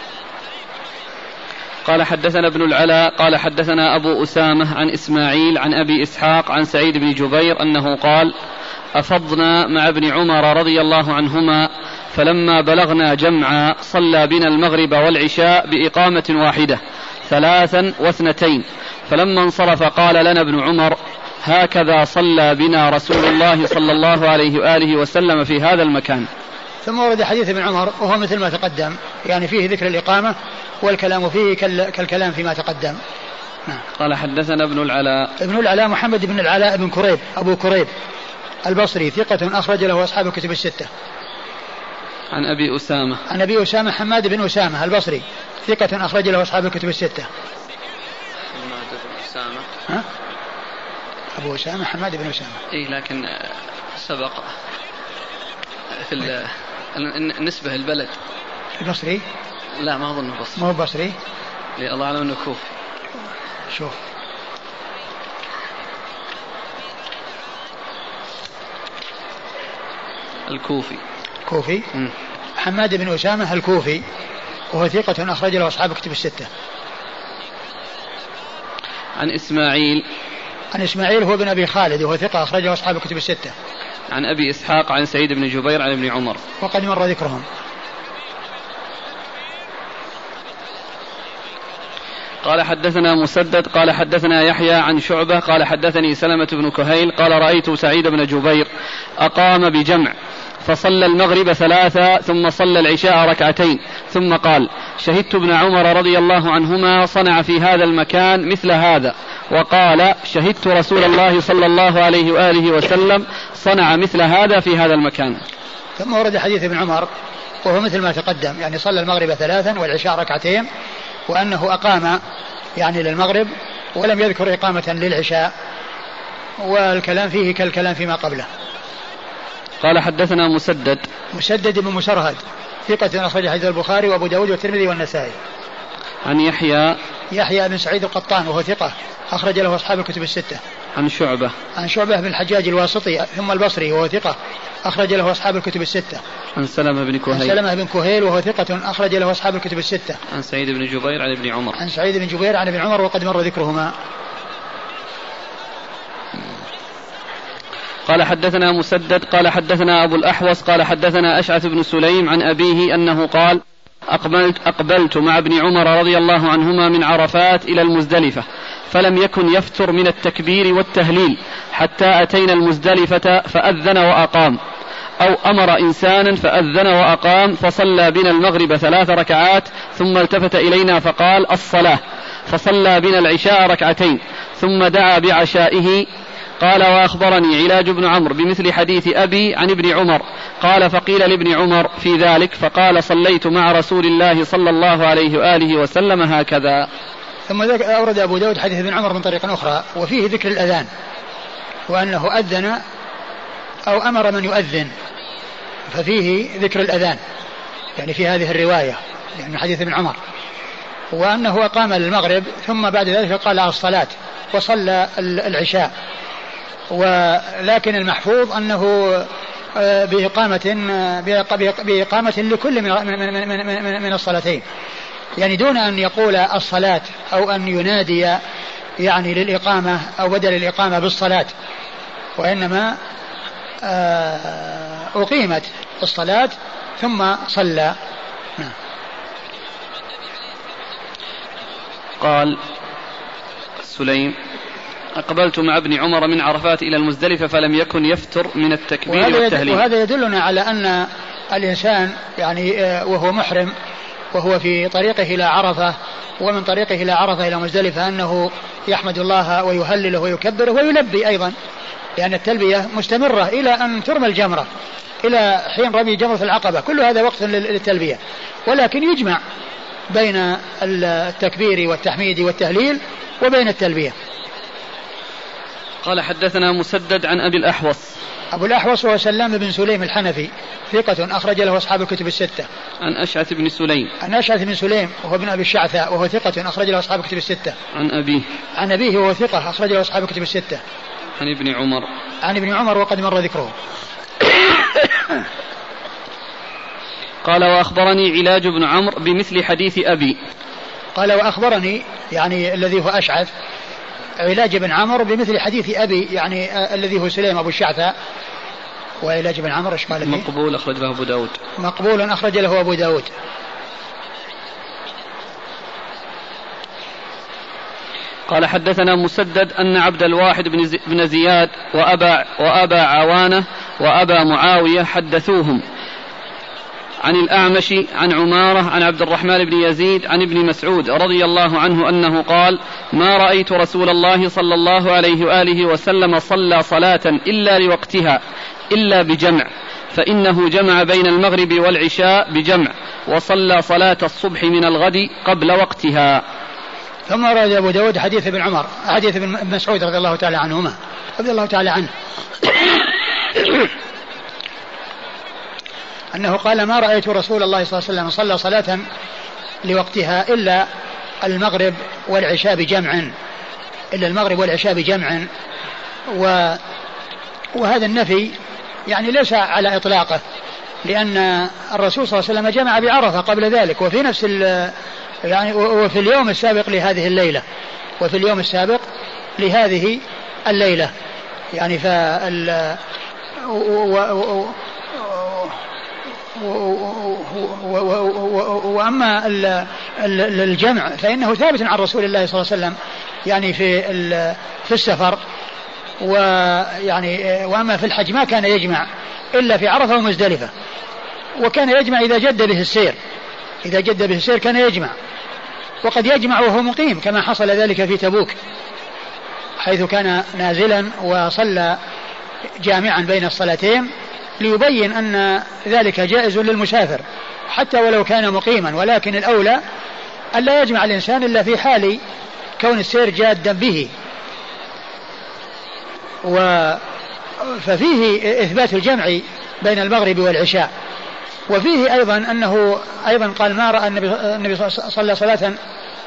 قال حدثنا ابن العلاء قال حدثنا أبو أسامة عن إسماعيل عن أبي إسحاق عن سعيد بن جبير أنه قال أفضنا مع ابن عمر رضي الله عنهما فلما بلغنا جمعا صلى بنا المغرب والعشاء بإقامة واحدة 3 و2، فلما انصرف قال لنا ابن عمر هكذا صلى بنا رسول الله صلى الله عليه وآله وسلم في هذا المكان. ثم ورد حديث ابن عمر وهو مثل ما تقدم، يعني فيه ذكر الإقامة والكلام فيه كالكلام فيما تقدم. نعم. قال حدثنا ابن العلاء، ابن العلاء محمد بن العلاء بن كريب أبو كريب البصري ثقة أخرج له أصحاب الكتب الستة. عن أبي أسامة، عن أبي أسامة حماد بن أسامة البصري ثقة أخرج له أصحاب الكتب الستة. حماد بن أسامة، ها؟ أبو أسامة حماد بن أسامة. إيه لكن سبق في النسبة البلد البصري؟ لا ما أظنه بصري. ما هو بصري؟ الله أعلم أنه كوفي. شوف الكوفي كوفي. حماد بن أسامة الكوفي وهو ثقة أخرج له أصحاب كتب الستة. عن إسماعيل، عن إسماعيل هو بن أبي خالد وهو ثقة أخرج له أصحاب كتب الستة. عن أبي إسحاق عن سعيد بن جبير عن ابن عمر وقد مر ذكرهم. قال حدثنا مسدد قال حدثنا يحيى عن شعبة قال حدثني سلمة بن كهيل قال رأيت سعيد بن جبير أقام بجمع فصلى المغرب 3 ثم صلى العشاء 2 ثم قال شهدت ابن عمر رضي الله عنهما صنع في هذا المكان مثل هذا، وقال شهدت رسول الله صلى الله عليه وآله وسلم صنع مثل هذا في هذا المكان. ثم ورد حديث ابن عمر وهو مثل ما تقدم، يعني صلى المغرب 3 والعشاء 2، وأنه أقام يعني للمغرب ولم يذكر إقامة للعشاء، والكلام فيه كالكلام فيما قبله. قال حدثنا مسدد بن مسرهد ثقة أخرج حديث البخاري وأبو داود والترمذي والنسائي. عن يحيى بن سعيد القطان وهو ثقة أخرج له أصحاب الكتب الستة. عن شعبة بن الحجاج الواسطي ثم البصري وهو ثقة أخرج له أصحاب الكتب الستة. عن سلمة بن كهيل وهو ثقة أخرج له أصحاب الكتب الستة. عن سعيد بن جبير عن ابن عمر وقد مر ذكرهما. قال حدثنا مسدد قال حدثنا أبو الأحوص قال حدثنا أشعث بن سليم عن أبيه أنه قال أقبلت مع ابن عمر رضي الله عنهما من عرفات إلى المزدلفة فلم يكن يفتر من التكبير والتهليل حتى أتينا المزدلفة فأذن وأقام أو أمر إنسانا فأذن وأقام فصلى بنا المغرب 3 ركعات ثم التفت إلينا فقال الصلاة فصلى بنا العشاء 2 ركعتين ثم دعا بعشائه. قال وأخبرني علاج بن عمرو بمثل حديث أبي عن ابن عمر قال فقيل لابن عمر في ذلك فقال صليت مع رسول الله صلى الله عليه وآله وسلم هكذا. ثم أورد أبو داود حديث ابن عمر من طريق أخرى وفيه ذكر الأذان وأنه أذن أو أمر من يؤذن ففيه ذكر الأذان يعني في هذه الرواية يعني حديث ابن عمر وأنه أقام المغرب ثم بعد ذلك قال الصلاة وصلى العشاء ولكن المحفوظ أنه بإقامة لكل من الصلاتين يعني دون أن يقول الصلاة أو أن ينادي يعني للإقامة أو بدل الإقامة بالصلاة وإنما أقيمت الصلاة ثم صلى. قال سليم أقبلت مع ابن عمر من عرفات إلى المزدلفة فلم يكن يفتر من التكبير والتهليل. وهذا يدلنا على أن الإنسان يعني وهو محرم وهو في طريقه إلى عرفة ومن طريقه إلى عرفة إلى مزدلفة أنه يحمد الله ويهلله ويكبره ويلبي أيضا لأن التلبية مستمرة إلى أن ترمى الجمرة إلى حين رمي جمرة العقبة كل هذا وقت للتلبية ولكن يجمع بين التكبير والتحميد والتهليل وبين التلبية. قال حدثنا مسدد عن أبي الأحوص. أبو الأحوص هو سلام بن سليم الحنفي ثقة أخرج له أصحاب الكتب الستة. عن أشعث بن سليم وهو ابن أبي الشعثاء وهو ثقة أخرج له أصحاب الكتب الستة. عن أبيه وهو ثقة أخرج له أصحاب الكتب الستة. عن ابن عمر وقد مر ذكره. قال وأخبرني علاج بن عمرو بمثل حديث أبي. قال وأخبرني يعني الذي هو أشعث علاج بن عمرو بمثل حديث أبي يعني الذي هو سليم أبو الشعثاء وعلاج بن عمرو إيش قال مقبول أخرج له أبو داود. مقبول أخرج له أبو داود. قال حدثنا مسدد أن عبد الواحد بن زياد وأبا عوانة وأبا معاوية حدثوهم عن الأعمش عن عمارة عن عبد الرحمن بن يزيد عن ابن مسعود رضي الله عنه أنه قال ما رأيت رسول الله صلى الله عليه وآله وسلم صلى صلاة إلا لوقتها إلا بجمع فإنه جمع بين المغرب والعشاء بجمع وصلى صلاة الصبح من الغد قبل وقتها. ثم رأى أبو داود حديث ابن عمر حديث ابن مسعود رضي الله تعالى عنهما رضي الله تعالى عنه أنه قال ما رأيت رسول الله صلى الله عليه وسلم صلى صلاة لوقتها إلا المغرب والعشاء بجمع وهذا النفي يعني ليس على إطلاقه لأن الرسول صلى الله عليه وسلم جمع بعرفة قبل ذلك وفي نفس يعني وفي اليوم السابق لهذه الليلة يعني وأما الجمع فإنه ثابت عن رسول الله صلى الله عليه وسلم يعني في السفر ويعني وأما في الحج ما كان يجمع إلا في عرفة ومزدلفة وكان يجمع إذا جد به السير كان يجمع وقد يجمع وهو مقيم كما حصل ذلك في تبوك حيث كان نازلا وصلى جامعا بين الصلاتين ليبين أن ذلك جائز للمسافر حتى ولو كان مقيما ولكن الأولى أن لا يجمع الإنسان إلا في حال كون السير جادا به ففيه إثبات الجمع بين المغرب والعشاء وفيه أيضا أنه أيضا قال ما رأى النبي صلى صلاة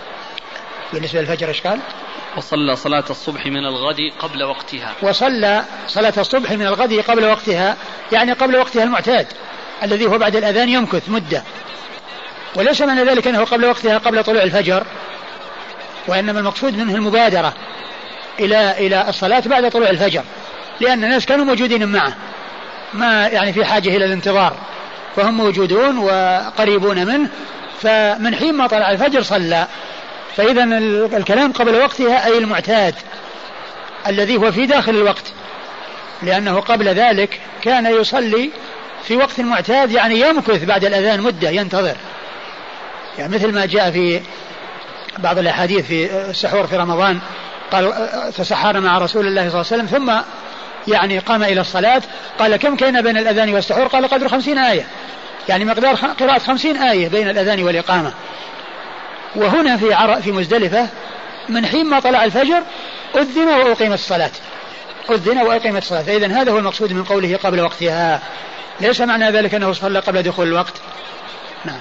بالنسبة للفجر إشكال. وصلى صلاة الصبح من الغد قبل وقتها. وصلى صلاة الصبح من الغد قبل وقتها، يعني قبل وقتها المعتاد الذي هو بعد الأذان يمكث مدة، وليس معنى ذلك أنه قبل وقتها قبل طلوع الفجر، وإنما المقصود منه المبادرة إلى الصلاة بعد طلوع الفجر، لأن الناس كانوا موجودين معه، ما يعني في حاجة إلى الانتظار، فهم موجودون وقريبون منه، فمن حين ما طلع الفجر صلى. فإذا الكلام قبل وقتها أي المعتاد الذي هو في داخل الوقت، لأنه قبل ذلك كان يصلي في وقت المعتاد، يعني يمكث بعد الأذان مدة ينتظر، يعني مثل ما جاء في بعض الأحاديث في السحور في رمضان، قال تسحر مع رسول الله صلى الله عليه وسلم ثم يعني قام إلى الصلاة، قال كم كان بين الأذان والسحور؟ قال قدر 50 آية، يعني مقدار قراءة 50 آية بين الأذان والإقامة. وهنا في مزدلفة من حين ما طلع الفجر أذن وأقيمت الصلاة، أذن وأقيمت الصلاة. فإذن هذا هو المقصود من قوله قبل وقتها، ليس معنى ذلك أنه صلى قبل دخول الوقت. نعم.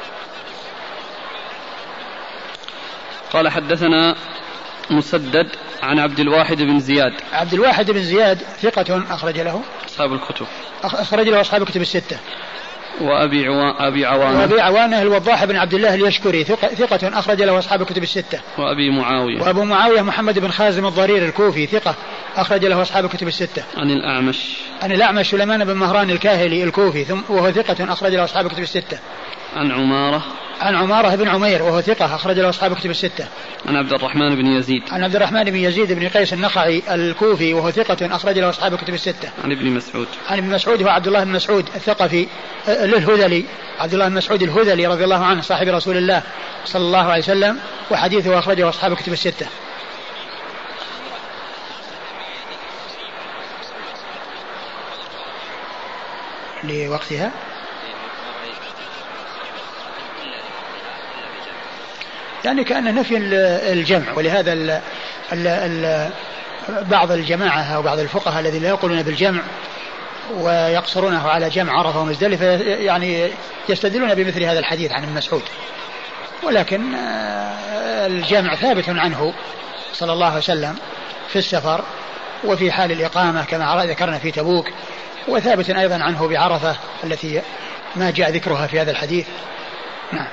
قال حدثنا مسدد عن عبد الواحد بن زياد. عبد الواحد بن زياد ثقة أخرج له أصحاب الكتب، أخرج له أصحاب الكتب الستة. وأبي عوانة الوضاح بن عبد الله اليشكري ثقة أخرج له أصحاب الكتب الستة. وأبو معاوية محمد بن خازم الضرير الكوفي ثقة أخرج له أصحاب الكتب الستة. عن الأعمش سليمان بن مهران الكاهلي الكوفي وهو ثقة أخرج له أصحاب الكتب الستة. عن عمارة بن عمير وهو ثقة أخرج له أصحاب الكتب الستة. عن عبد الرحمن بن يزيد بن قيس النخعي الكوفي وهو ثقة أخرج له أصحاب الكتب الستة. عن ابن مسعود هو عبد الله بن مسعود الثقفي الهذلي، عبد الله بن مسعود الهذلي رضي الله عنه صاحب رسول الله صلى الله عليه وسلم، وحديثه أخرجه أصحاب الكتب الستة. لوقتها يعني كأن نفي الجمع، ولهذا بعض الجماعة أو بعض الفقهاء الذين لا يقولون بالجمع ويقصرونه على جمع عرفة ومزدلفة يعني يستدلون بمثل هذا الحديث عن ابن مسعود، ولكن الجمع ثابت عنه صلى الله عليه وسلم في السفر وفي حال الإقامة كما ذكرنا في تبوك، وثابت أيضا عنه بعرفة التي ما جاء ذكرها في هذا الحديث. نعم.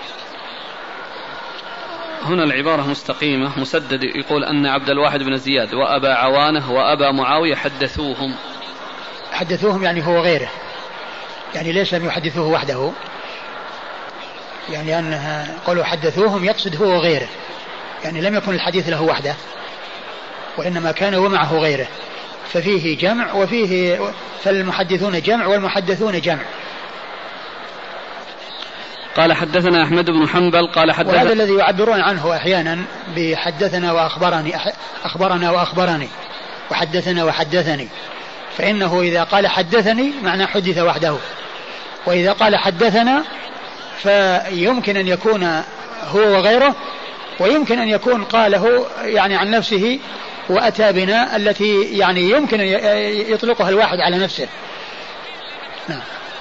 هنا العبارة مستقيمة. مسدد يقول أن عبد الواحد بن زياد وأبا عوانة وأبا معاوية حدثوهم يعني هو غيره، يعني ليس لم يحدثوه وحده، يعني أنها قالوا حدثوهم يقصد هو غيره، يعني لم يكن الحديث له وحده وإنما كان ومعه غيره، ففيه جمع وفيه، فالمحدثون جمع والمحدثون جمع. قال حدثنا أحمد بن حنبل قال حدثنا، وهذا الذي يعبرون عنه أحيانا بحدثنا وأخبرني، أخبرنا وأخبرني وحدثنا وحدثني، فإنه إذا قال حدثني معنى حدث وحده، وإذا قال حدثنا فيمكن أن يكون هو وغيره، ويمكن أن يكون قاله يعني عن نفسه وأتى بنا التي يعني يمكن أن يطلقها الواحد على نفسه. نعم.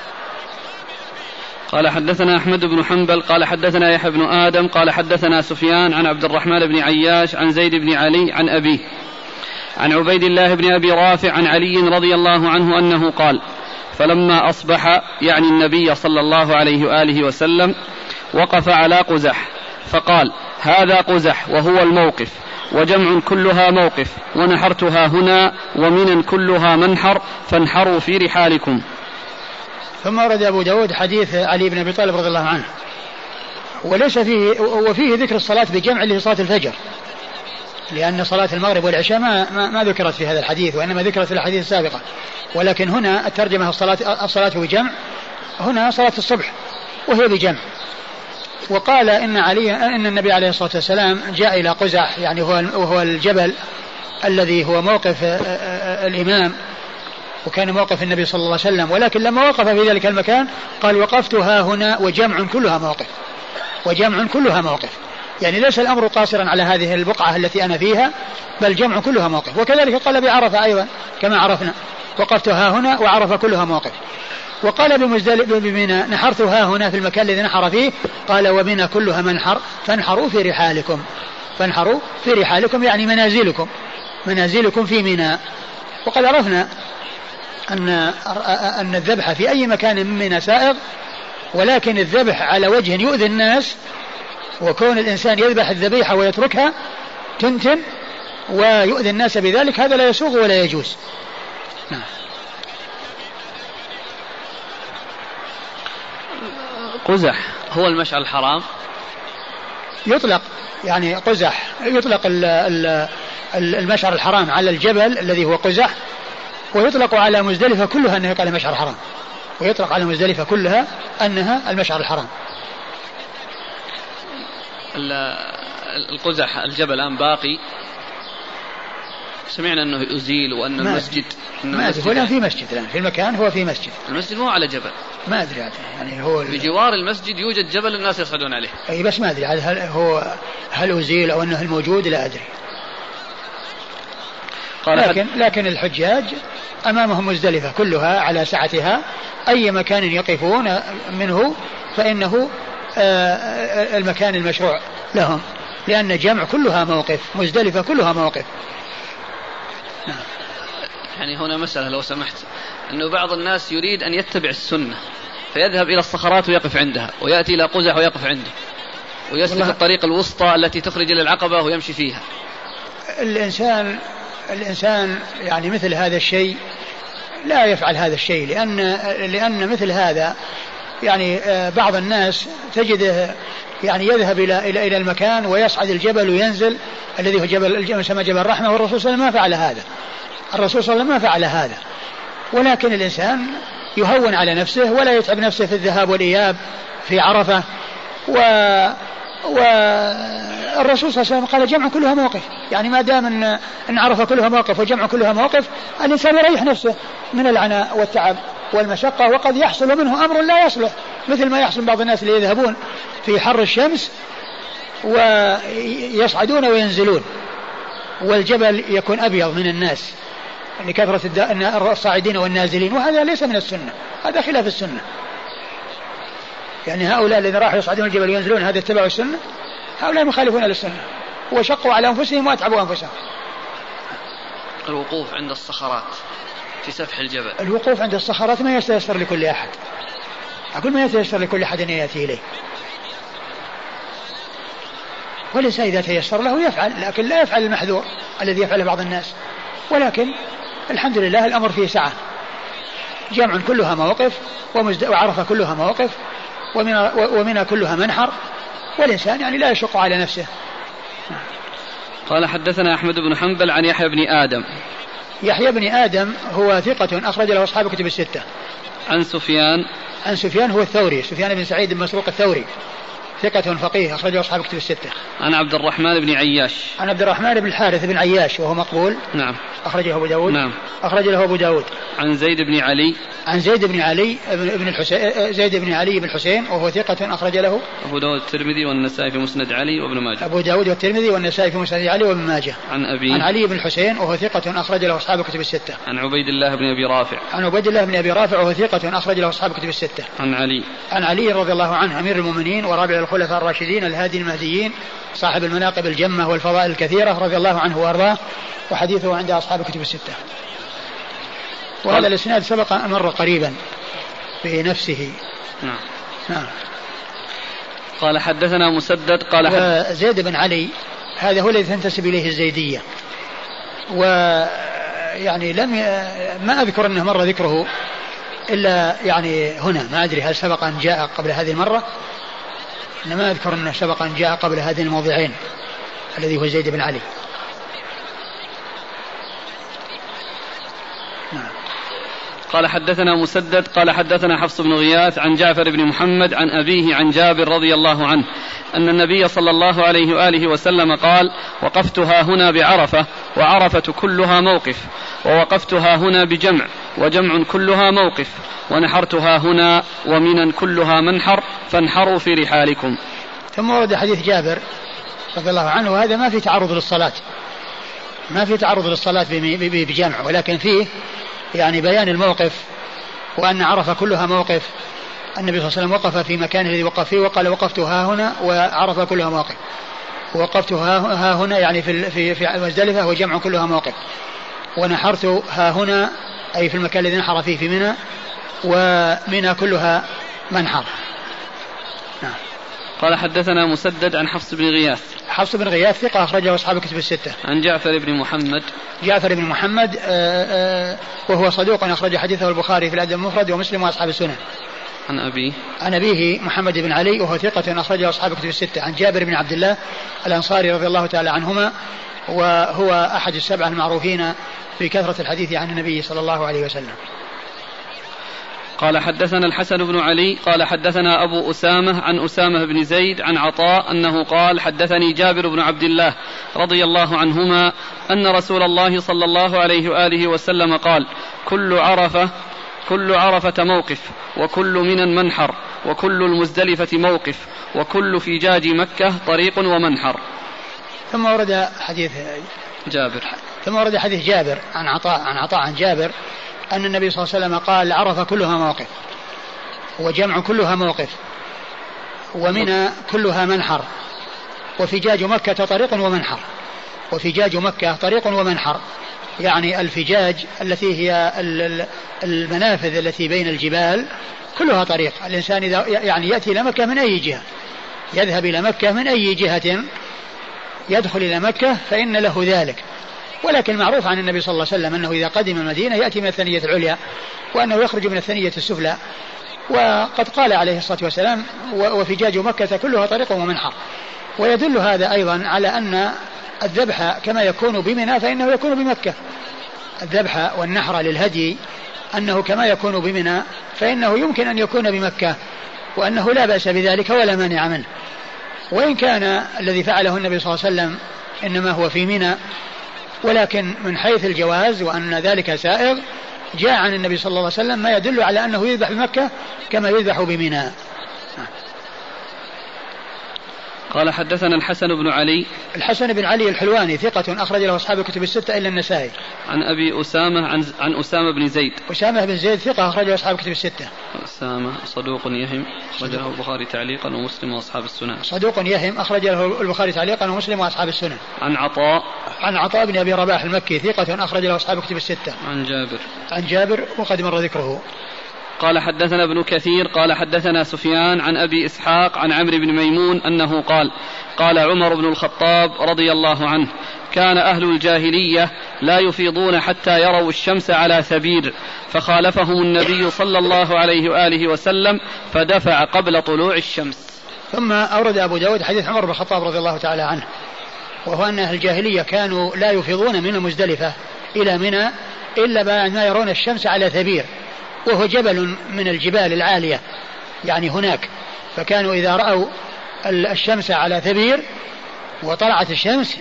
قال حدثنا أحمد بن حنبل قال حدثنا يحيى بن آدم قال حدثنا سفيان عن عبد الرحمن بن عياش عن زيد بن علي عن أبيه عن عبيد الله بن أبي رافع عن علي رضي الله عنه أنه قال: فلما أصبح يعني النبي صلى الله عليه وآله وسلم وقف على قزح فقال: هذا قزح وهو الموقف، وجمع كلها موقف، ونحرتها هنا، ومنا كلها منحر، فانحروا في رحالكم. ثم ورد أبو داود حديث علي بن أبي طالب رضي الله عنه، وليس فيه وفيه ذكر الصلاة بجمع اللي صلاة الفجر، لأن صلاة المغرب والعشاء ما ذكرت في هذا الحديث، وإنما ذكرت في الحديث السابقة، ولكن هنا الترجمة الصلاة بجمع، هنا صلاة الصبح وهي بجمع. وقال إن النبي عليه الصلاة والسلام جاء إلى قزح، يعني وهو الجبل الذي هو موقف الإمام، وكان موقف النبي صلى الله عليه وسلم، ولكن لما وقف في ذلك المكان قال: وقفت ها هنا وجمع كلها موقف، وجمع كلها موقف، يعني ليس الأمر قاصرا على هذه البقعة التي أنا فيها، بل جمع كلها موقف. وكذلك قال بعرفة أيضا كما عرفنا: وقفت ها هنا وعرف كلها موقف. وقال بمنى نحرتها هنا في المكان الذي نحر فيه، قال ومنى كلها منحر فانحروا في رحالكم، فانحروا في رحالكم يعني منازلكم في منى. وقد عرفنا أن الذبح في أي مكان من منى سائغ، ولكن الذبح على وجه يؤذي الناس، وكون الإنسان يذبح الذبيحة ويتركها تنتن ويؤذي الناس بذلك هذا لا يسوغ ولا يجوز. نعم. قزح هو المشعر الحرام؟ يطلق يعني قزح، يطلق المشعر الحرام على الجبل الذي هو قزح، ويطلق على مزدلفة كلها أنه يقال المشعر الحرام، ويطلق على مزدلفة كلها أنها المشعر الحرام. القزح الجبل الآن باقي، سمعنا أنه يزيل وأن المسجد هو في مسجد الآن في المكان، هو في مسجد، المسجد مو على جبل، ما أدري يعني هو بجوار المسجد يوجد جبل الناس يصعدون عليه، أي بس ما أدري هل أزيل أو أنه الموجود لا أدري. لكن الحجاج أمامهم مزدلفة كلها على سعتها، أي مكان يقفون منه فإنه المكان المشروع لهم، لأن جمع كلها موقف، مزدلفة كلها موقف. نعم. يعني هنا مسألة لو سمحت، أنه بعض الناس يريد أن يتبع السنة فيذهب إلى الصخرات ويقف عندها، ويأتي إلى قزح ويقف عنده، ويسلك الطريق الوسطى التي تخرج إلى العقبة ويمشي فيها. الإنسان يعني مثل هذا الشيء لا يفعل هذا الشيء، لأن مثل هذا يعني بعض الناس تجده يعني يذهب إلى المكان ويصعد الجبل وينزل، الذي هو جبل يسمى جبل الرحمة، والرسول صلى الله عليه وسلم ما فعل هذا، الرسول صلى الله عليه وسلم ما فعل هذا. ولكن الإنسان يهون على نفسه ولا يتعب نفسه في الذهاب والإياب في عرفة، والرسول صلى الله عليه وسلم قال جمع كلها موقف، يعني ما دام أن عرفة كلها موقف وجمع كلها موقف، الإنسان يريح نفسه من العناء والتعب والمشقة، وقد يحصل منه أمر لا يصلح، مثل ما يحصل بعض الناس اللي يذهبون في حر الشمس ويصعدون وينزلون والجبل يكون أبيض من الناس لكثرة الصاعدين والنازلين، وهذا ليس من السنة، هذا خلاف السنة. يعني هؤلاء الذين راحوا يصعدون الجبل وينزلون هذا اتبعوا السنة؟ هؤلاء مخالفون للسنة وشقوا على أنفسهم وأتعبوا أنفسهم. الوقوف عند الصخرات في سفح الجبل، الوقوف عند الصخرات ما يتيسر لكل أحد، أقول ما يتيسر لكل أحد أن يأتي إليه، وليس إذا تيسر له يفعل، لكن لا يفعل المحذور الذي يفعله بعض الناس. ولكن الحمد لله الأمر فيه سعة، جمع كلها مواقف وعرفة كلها مواقف ومنها كلها منحر، والإنسان يعني لا يشق على نفسه. قال حدثنا أحمد بن حنبل عن يحيى بن آدم. يحيى بن آدم هو ثقة أخرج له أصحاب كتب الستة. عن سفيان هو الثوري، سفيان بن سعيد بن مسروق الثوري، ثقة فقيه أخرجه أصحاب كتب الستة. عن عبد الرحمن بن عياش. عن عبد الرحمن بن الحارث بن عياش وهو مقبول. نعم. أخرجه أبو داود. نعم. أخرج له أبو داود. عن زيد بن علي. عن زيد بن علي بن الحسين، زيد بن علي بن الحسين وهو ثقة أخرج له أبو داود الترمذي والنسائي في مسند علي وابن ماجه. أبو داود والترمذي والنسائي في مسند علي وابن ماجه. عن علي بن الحسين وهو ثقة أخرج له أصحاب كتب الستة. عن عبيد الله بن أبي رافع. عن عبيد الله بن أبي رافع وهو ثقة أخرج له أصحاب كتب الستة. عن علي رضي الله عنه أمير المؤمنين ورابع الخلفاء الراشدين الهادي المهديين صاحب المناقب الجمة والفضائل الكثيرة رضي الله عنه وأرضاه، وحديثه عند أصحاب كتب الستة. وهذا الإسناد سبق مر قريبا في نفسه. نعم. قال حدثنا مسدد قال زيد بن علي هذا هو الذي تنتسب إليه الزيدية، ويعني ما أذكر أنه مر ذكره إلا يعني هنا، ما أدري هل سبق أن جاء قبل هذه المرة، أنا ما أذكر أنه سبق أن جاء قبل هذين الموضعين الذي هو زيد بن علي. قال حدثنا مسدد قال حدثنا حفص بن غياث عن جعفر بن محمد عن أبيه عن جابر رضي الله عنه أن النبي صلى الله عليه وآله وسلم قال: وقفتها هنا بعرفة، وعرفة كلها موقف، ووقفتها هنا بجمع، وجمع كلها موقف، ونحرتها هنا، ومنا كلها منحر، فانحروا في رحالكم. ثم ورد حديث جابر رضي الله عنه، وهذا ما في تعرض للصلاة، ما في تعرض للصلاة بجمع، ولكن فيه يعني بيان الموقف وأن عرفة كلها موقف. النبي صلى الله عليه وسلم وقف في مكانه الذي وقف فيه وقال وقفت ها هنا، وعرفة كلها موقف. وقفت ها هنا يعني في مزدلفة وجمع كلها موقف. ونحرت ها هنا أي في المكان الذي نحر فيه في منى، ومنى كلها منحر. نعم. قال حدثنا مسدد عن حفص بن غياث. حفص بن غياث ثقة أخرجه أصحاب الكتب الستة. عن جعفر بن محمد. جعفر بن محمد وهو صدوق أخرج حديثه البخاري في الأدب المفرد ومسلم وأصحاب السنن. عن أبيه محمد بن علي وهو ثقة أخرجه أصحاب الكتب الستة. عن جابر بن عبد الله الأنصاري رضي الله تعالى عنهما، وهو أحد السبعة المعروفين في كثرة الحديث عن النبي صلى الله عليه وسلم. قال حدثنا الحسن بن علي قال حدثنا أبو أسامة عن أسامة بن زيد عن عطاء أنه قال حدثني جابر بن عبد الله رضي الله عنهما أن رسول الله صلى الله عليه وآله وسلم قال كل عرفة موقف، وكل منى منحر، وكل المزدلفة موقف، وكل فجاج مكة طريق ومنحر. ثم ورد حديث جابر عن عطاء عن جابر أن النبي صلى الله عليه وسلم قال عرفة كلها موقف، وجمع كلها موقف، ومنى كلها منحر، وفجاج مكة طريق ومنحر. وفجاج مكة طريق ومنحر يعني الفجاج التي هي المنافذ التي بين الجبال كلها طريق. الإنسان إذا يعني يأتي إلى مكة من أي جهة، يذهب إلى مكة من أي جهة يدخل إلى مكة فإن له ذلك. ولكن معروف عن النبي صلى الله عليه وسلم أنه إذا قدم المدينة يأتي من الثنية العليا، وأنه يخرج من الثنية السفلى. وقد قال عليه الصلاة والسلام وفجاج مكة كلها طريق ومنحر. ويدل هذا أيضا على أن الذبح كما يكون بمنى فإنه يكون بمكة. الذبح والنحر للهدي أنه كما يكون بمنى فإنه يمكن أن يكون بمكة، وأنه لا بأس بذلك ولا مانع منه. وإن كان الذي فعله النبي صلى الله عليه وسلم إنما هو في منى، ولكن من حيث الجواز وأن ذلك سائغ جاء عن النبي صلى الله عليه وسلم ما يدل على أنه يذبح بمكة كما يذبح بمنى. قال حدثنا الحسن بن علي الحلواني ثقة أخرج له أصحاب الكتب الستة إلا النسائي. عن أبي أسامة عن أسامة بن زيد. أسامة بن زيد ثقة أخرج له أصحاب الكتب الستة. أسامة صدوق يهم أخرج له البخاري تعليقا ومسلم وأصحاب السنن. صدوق يهم أخرج له البخاري تعليقا ومسلم وأصحاب السنن. عن عطاء بن أبي رباح المكي ثقة أخرج له أصحاب الكتب الستة. عن جابر وقد مر ذكره. قال حدثنا ابن كثير قال حدثنا سفيان عن أبي إسحاق عن عمرو بن ميمون أنه قال عمر بن الخطاب رضي الله عنه كان أهل الجاهلية لا يفيضون حتى يروا الشمس على ثبير، فخالفهم النبي صلى الله عليه وآله وسلم فدفع قبل طلوع الشمس. ثم أورد أبو داود حديث عمر بن الخطاب رضي الله تعالى عنه، وهو أن أهل الجاهلية كانوا لا يفيضون من المزدلفة إلى منى إلا بعد ما يرون الشمس على ثبير، وهو جبل من الجبال العالية يعني هناك. فكانوا إذا رأوا الشمس على ثبير وطلعت الشمس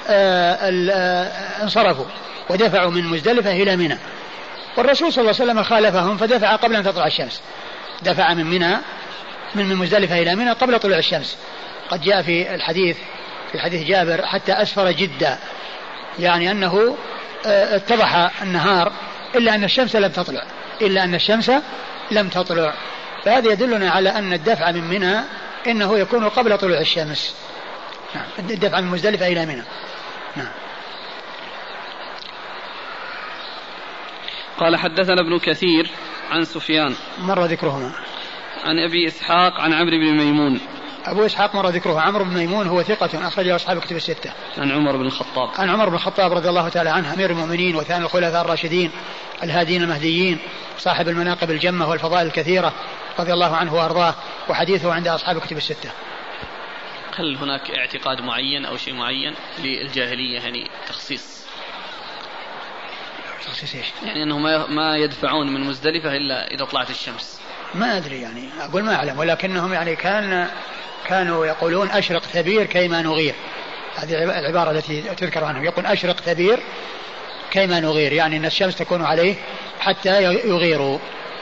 انصرفوا ودفعوا من مزدلفة إلى منى. والرسول صلى الله عليه وسلم خالفهم فدفع قبل أن تطلع الشمس، دفع من منى من مزدلفة إلى منى قبل طلوع الشمس. قد جاء في حديث جابر حتى أسفر جدا، يعني أنه اتضح النهار إلا أن الشمس لم تطلع. فهذا يدلنا على أن الدفع من منى إنه يكون قبل طلوع الشمس. الدفع من مزدلفة إلى منى. قال حدثنا ابن كثير عن سفيان مر ذكرهما. عن أبي إسحاق عن عمرو بن ميمون. أبو إسحاق مر ذكره. عمرو بن ميمون هو ثقة أخرجه أصحاب الكتب الستة. عن عمر بن الخطاب رضي الله تعالى عنه أمير المؤمنين وثاني الخلفاء الراشدين الهادين المهديين صاحب المناقب الجمة والفضائل الكثيرة رضي الله عنه وأرضاه، وحديثه عند أصحاب الكتب الستة. هل هناك اعتقاد معين أو شيء معين للجاهلية يعني تخصيص إيش؟ يعني أنهم ما يدفعون من مزدلفة إلا إذا طلعت الشمس؟ ما أدري يعني أقول ما أعلم، ولكنهم يعني كانوا يقولون أشرق ثبير كيما نغير. هذه العبارة التي تذكر عنهم، يقول أشرق ثبير كيما نغير، يعني أن الشمس تكون عليه حتى يغيروا.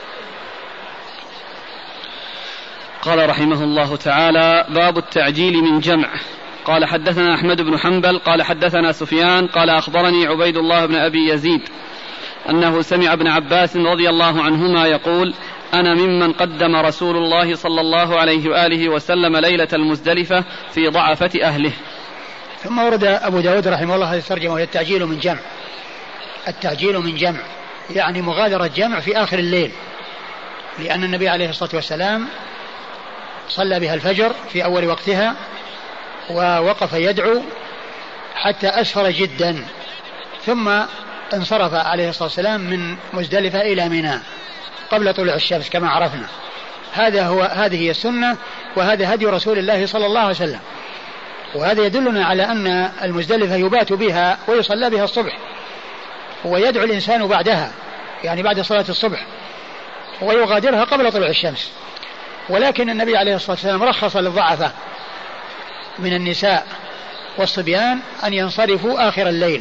قال رحمه الله تعالى: باب التعجيل من جمع. قال حدثنا أحمد بن حنبل قال حدثنا سفيان قال أخبرني عبيد الله بن أبي يزيد أنه سمع ابن عباس رضي الله عنهما يقول: أنا ممن قدم رسول الله صلى الله عليه وآله وسلم ليلة المزدلفة في ضعفة أهله. ثم ورد أبو داود رحمه الله هذه الترجمة، وهي التعجيل من جمع. التعجيل من جمع يعني مغادرة جمع في آخر الليل، لأن النبي عليه الصلاة والسلام صلى بها الفجر في أول وقتها ووقف يدعو حتى أسفر جدا، ثم انصرف عليه الصلاة والسلام من مزدلفة إلى منى قبل طلوع الشمس كما عرفنا. هذه هي السنة، وهذا هدي رسول الله صلى الله عليه وسلم. وهذا يدلنا على أن المزدلفة يبات بها ويصلى بها الصبح، ويدعو الإنسان بعدها يعني بعد صلاة الصبح، ويغادرها قبل طلوع الشمس. ولكن النبي عليه الصلاة والسلام رخص للضعفة من النساء والصبيان أن ينصرفوا آخر الليل.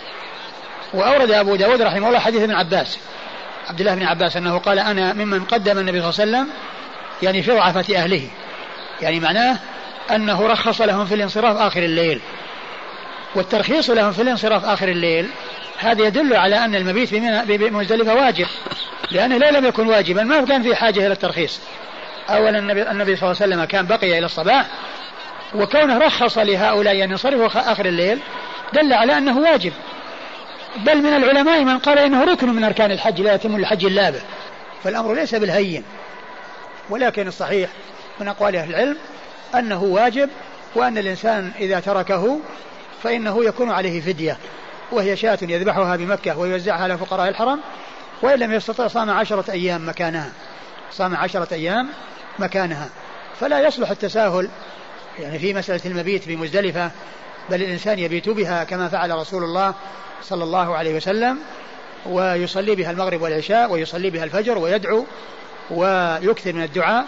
وأورد أبو داود رحمه الله حديث ابن عباس، عبد الله بن عباس، أنه قال: أنا ممن قدم النبي صلى الله عليه وسلم يعني في ضعفة أهله، يعني معناه أنه رخص لهم في الانصراف آخر الليل. والترخيص لهم في الانصراف آخر الليل هذا يدل على أن المبيت بمزدلفة واجب، لأنه لو لم يكن واجبا ما كان في حاجة إلى الترخيص. أولا النبي صلى الله عليه وسلم كان بقي إلى الصباح، وكونه رخص لهؤلاء أن ينصرفوا آخر الليل دل على أنه واجب. بل من العلماء من قال إنه ركن من أركان الحج لا يتم الحج إلا به، فالأمر ليس بالهين. ولكن الصحيح من أقوال أهل العلم أنه واجب، وأن الإنسان إذا تركه فإنه يكون عليه فدية، وهي شاة يذبحها بمكة ويوزعها على فقراء الحرم، وإن لم يستطع صام 10 أيام مكانها، صام 10 أيام مكانها. فلا يصلح التساهل يعني في مسألة المبيت بمزدلفة، بل الإنسان يبيت بها كما فعل رسول الله صلى الله عليه وسلم، ويصلي بها المغرب والعشاء، ويصلي بها الفجر، ويدعو ويكثر من الدعاء،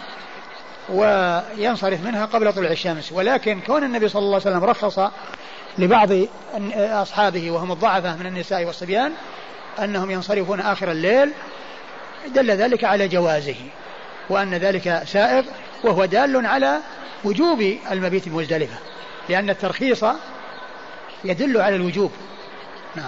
وينصرف منها قبل طلوع الشمس. ولكن كون النبي صلى الله عليه وسلم رخص لبعض أصحابه وهم الضعفة من النساء والصبيان أنهم ينصرفون آخر الليل دل ذلك على جوازه، وأن ذلك سائغ، وهو دال على وجوب المبيت بمزدلفة، لأن الترخيص يدل على الوجوب. نعم.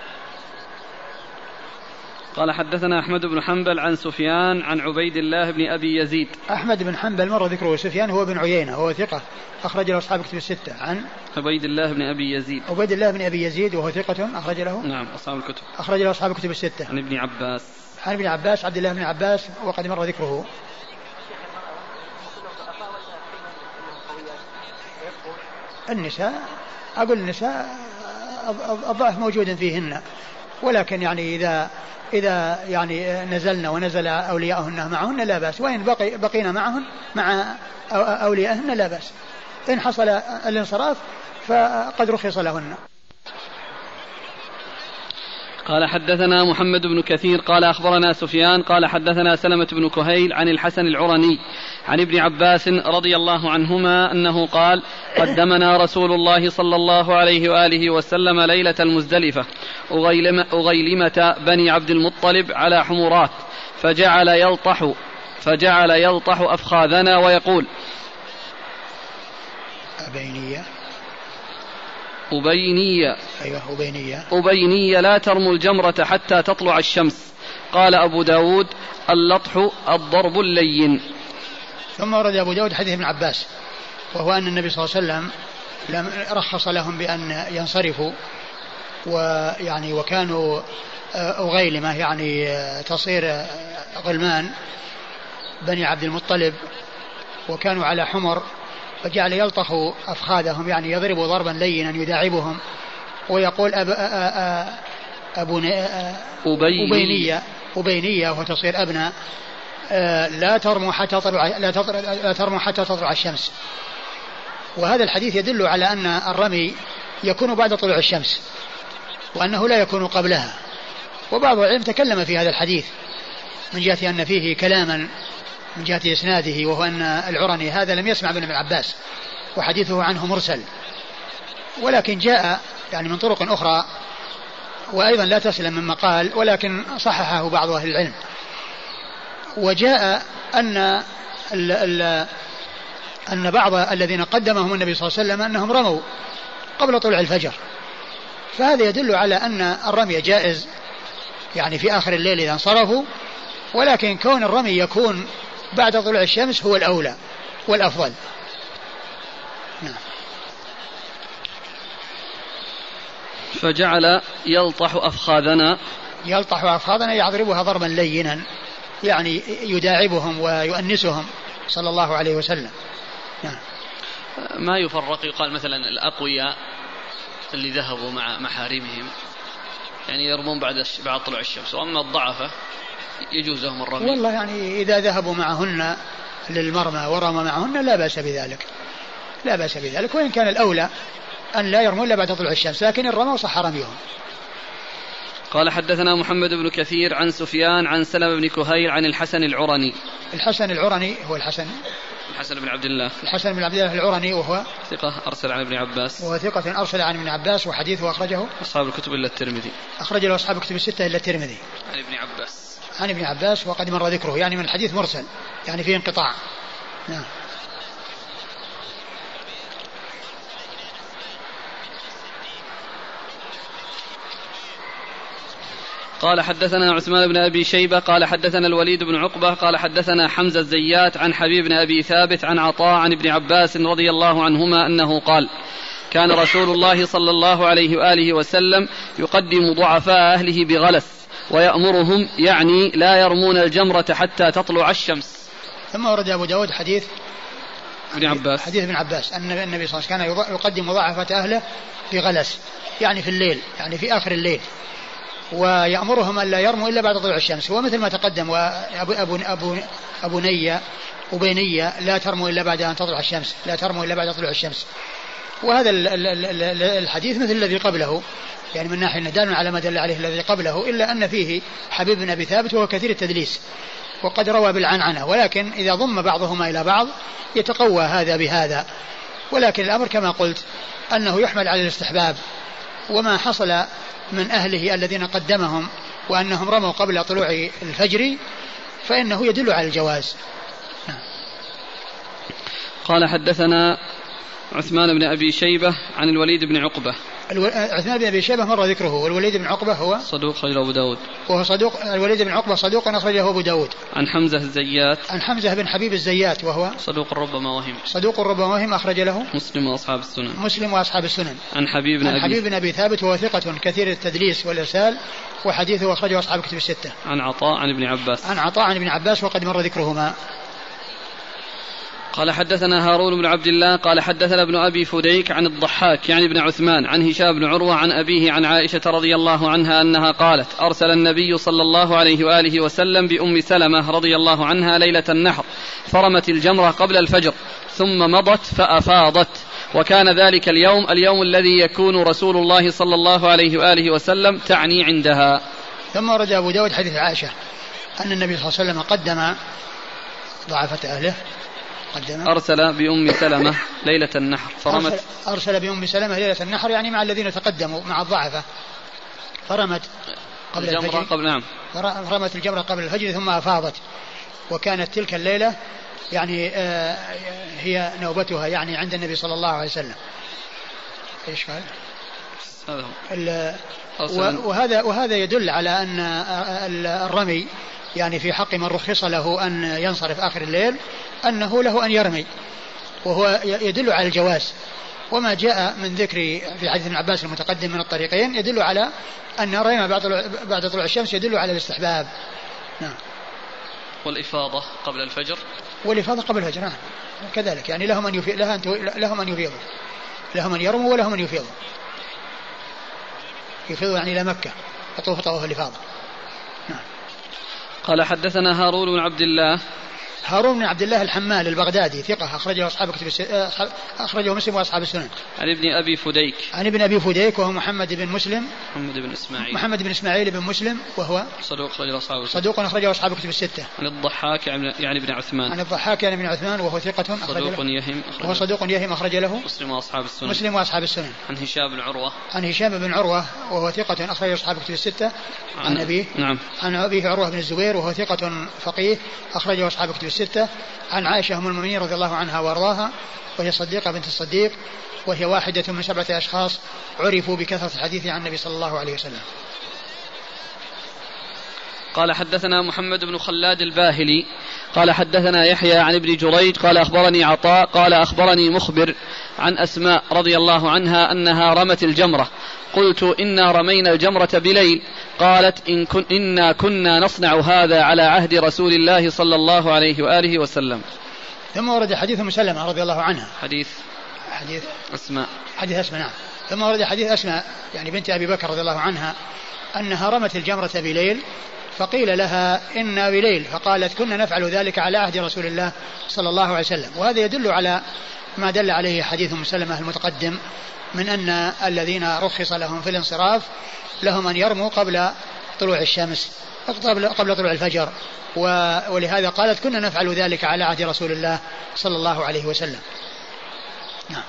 قال: حدثنا أحمد بن حنبل عن سفيان عن عبيد الله بن أبي يزيد. أحمد بن حنبل مر ذكره. سفيان هو بن عيينة وهو ثقة أخرج له أصحاب كتب الستة. عن عبيد الله بن أبي يزيد. عبيد الله بن أبي يزيد وهو ثقة أخرج له نعم أصحاب الكتب. أخرج له أصحاب كتب الستة. عن ابن عباس. عن ابن عباس عبد الله بن عباس وقد مر ذكره. النساء أقول النساء الضعف موجود فيهن، ولكن يعني إذا يعني نزلنا ونزل أولياءهن معهن لا بأس، وإن بقينا معهن مع أولياءهن لا بأس. إن حصل الانصراف فقد رخص لهن. قال: حدثنا محمد بن كثير قال أخبرنا سفيان قال حدثنا سلمة بن كهيل عن الحسن العرني عن ابن عباس رضي الله عنهما أنه قال: قدمنا رسول الله صلى الله عليه وآله وسلم ليلة المزدلفة أغيلمة بني عبد المطلب على حمرات، فجعل يلطح أفخاذنا ويقول: أبينية لا ترموا الجمرة حتى تطلع الشمس. قال أبو داود: اللطح الضرب اللين. ثم ورد أبو داود حديث ابن عباس، وهو أن النبي صلى الله عليه وسلم رخص لهم بأن ينصرفوا، ويعني وكانوا أغيلمة يعني تصير غلمان بني عبد المطلب، وكانوا على حمر، فجعل يلطخ أفخاذهم يعني يضرب ضربا لينا يداعبهم، ويقول أبينية وتصير أبناء لا ترموا حتى تطلع الشمس. وهذا الحديث يدل على أن الرمي يكون بعد طلوع الشمس، وأنه لا يكون قبلها. وبعض العلم تكلم في هذا الحديث من جهة أن فيه كلاما من جهة إسناده، وهو أن العرني هذا لم يسمع من ابن عباس، وحديثه عنه مرسل، ولكن جاء يعني من طرق أخرى وأيضا لا تسلم من مقال، ولكن صححه بعض أهل العلم. وجاء أن بعض الذين قدمهم النبي صلى الله عليه وسلم أنهم رموا قبل طلوع الفجر، فهذا يدل على أن الرمي جائز يعني في آخر الليل إذا انصرفوا، ولكن كون الرمي يكون بعد طلوع الشمس هو الأولى والأفضل. نعم. فجعل يلطح أفخاذنا يضربها ضربا لينا، يعني يداعبهم ويؤنسهم صلى الله عليه وسلم. نعم. ما يفرق، يقال مثلا الأقوياء اللي ذهبوا مع محارمهم يعني يرمون بعد طلوع الشمس، وأما الضعفة يجوز لهم الرمي. والله يعني إذا ذهبوا معهن للمرمى ورمى معهن لا بأس بذلك، وإن كان الأولى أن لا يرمون إلا بعد طلوع الشمس، لكن الرمى صح رميهم. قال حدثنا محمد بن كثير عن سفيان عن سلمة بن كهيل عن الحسن العرني. الحسن العرني هو الحسن بن عبد الله العرني، وهو ثقة أرسل عن ابن عباس، وحديثه أخرجه أصحاب الكتب إلا الترمذي. أخرج له أصحاب الكتب الستة إلا الترمذي. عن ابن عباس وقد مر ذكره، يعني من الحديث مرسل، يعني فيه انقطاع. نعم. قال حدثنا عثمان بن أبي شيبة قال حدثنا الوليد بن عقبة قال حدثنا حمزة الزيات عن حبيب بن أبي ثابت عن عطاء عن ابن عباس رضي الله عنهما أنه قال: كان رسول الله صلى الله عليه وآله وسلم يقدم ضعفاء أهله بغلس ويأمرهم، يعني لا يرمون الجمرة حتى تطلع الشمس. ثم ورد أبو داود حديث ابن عباس أن النبي صلى الله عليه وسلم كان يقدم ضعفاء أهله بغلس، يعني في الليل، يعني في آخر الليل، ويأمرهم أن لا يرموا إلا بعد طلوع الشمس. ومثل ما تقدم، وأبو نية وبينية لا ترموا إلا بعد أن تطلع الشمس، طلوع الشمس. وهذا الحديث مثل الذي قبله، يعني من ناحية دال على ما دل عليه الذي قبله، إلا أن فيه حبيب بن أبي ثابت وهو كثير التدليس وقد روى بالعنعنة، ولكن إذا ضم بعضهما إلى بعض يتقوى هذا بهذا. ولكن الأمر كما قلت أنه يحمل على الاستحباب، وما حصل من أهله الذين قدمهم وأنهم رموا قبل طلوع الفجر فإنه يدل على الجواز. قال حدثنا عثمان بن أبي شيبة عن الوليد بن عقبة. عثمان بن أبي شيبة مر ذكره، والوليد بن عقبة هو صدوق أخرجه أبو داود. الوليد بن عقبة صدوق أخرجه أبو داود. عن حمزة الزيات. عن حمزة بن حبيب الزيات وهو صدوق ربما وهم أخرج له مسلم وأصحاب السنن. عن حبيب بن أبي ثابت وهو ثقة كثير التدليس والإرسال، وحديثه أخرجه أصحاب الكتب الستة. عن عطاء عن ابن عباس وقد مر ذكرهما. قال حدثنا هارون بن عبد الله قال حدثنا ابن أبي فديك عن الضحاك يعني ابن عثمان عن هشام بن عروة عن أبيه عن عائشة رضي الله عنها أنها قالت: أرسل النبي صلى الله عليه وآله وسلم بأم سلمة رضي الله عنها ليلة النحر، فرمت الجمرة قبل الفجر ثم مضت فأفاضت، وكان ذلك اليوم الذي يكون رسول الله صلى الله عليه وآله وسلم تعني عندها. ثم ورد أبو داود حديث عائشة أن النبي صلى الله عليه وسلم قدم ضعفة أهله، أرسل بأم سلمة ليلة النحر فرمت. أرسل بأم سلمة ليلة النحر يعني مع الذين تقدموا مع الضعفة، فرمت قبل الفجر. رمت الجمرة قبل الفجر ثم أفاضت، وكانت تلك الليلة يعني هي نوبتها يعني عند النبي صلى الله عليه وسلم. إيش قال؟ وهذا يدل على أن الرمي يعني في حق من رخص له أن ينصرف آخر الليل أنه له أن يرمي، وهو يدل على الجواز. وما جاء من ذكر في حديث ابن عباس المتقدم من الطريقين يدل على أن الرمي بعد طلوع الشمس يدل على الاستحباب. نعم. والإفاضة قبل الفجر. نعم كذلك، يعني لهم أن يفيضوا، لهم أن يرموا ولهم أن يفيضوا يعني إلى مكة يطوف طواف الإفاضة. نعم. قال حدثنا هارون بن عبد الله الحمال البغدادي ثقة أخرجه مسلم وأصحاب السنن. عن ابن أبي فديك وهو محمد بن إسماعيل بن مسلم وهو صدوق أخرجه أصحاب الكتب الستة. عن الضحاك يعني ابن عثمان وهو ثقة صدوق يهم أخرج له مسلم وأصحاب السنن. عن هشام بن عروة وهو ثقة أخرجه أصحاب الكتب الستة. عن أبيه عن أبيه عروة بن الزبير وهو ثقة فقيه أخرجه أصحاب الكتب الستة. عن عائشة أم المؤمنين رضي الله عنها وارضاها وهي صديقة بنت الصديق، وهي واحدة من 7 أشخاص عرفوا بكثرة الحديث عن النبي صلى الله عليه وسلم. قال حدثنا محمد بن خلاد الباهلي قال حدثنا يحيى عن ابن جريج قال أخبرني عطاء قال أخبرني مخبر عن أسماء رضي الله عنها أنها رمت الجمرة. قلت إنا رمينا الجمرة بليل. قالت إنا كنا نصنع هذا على عهد رسول الله صلى الله عليه وآله وسلم. ثم ورد حديث مسلمة رضي الله عنها حديث أسماء نعم. ثم ورد حديث أسماء يعني بنت أبي بكر رضي الله عنها أنها رمت الجمرة بليل فقيل لها إنا بليل فقالت كنا نفعل ذلك على عهد رسول الله صلى الله عليه وسلم. وهذا يدل على ما دل عليه حديث مسلمة المتقدم من أن الذين رخص لهم في الانصراف لهم أن يرموا قبل طلوع الشمس قبل طلوع الفجر. ولهذا قالت كنا نفعل ذلك على عهد رسول الله صلى الله عليه وسلم. نعم.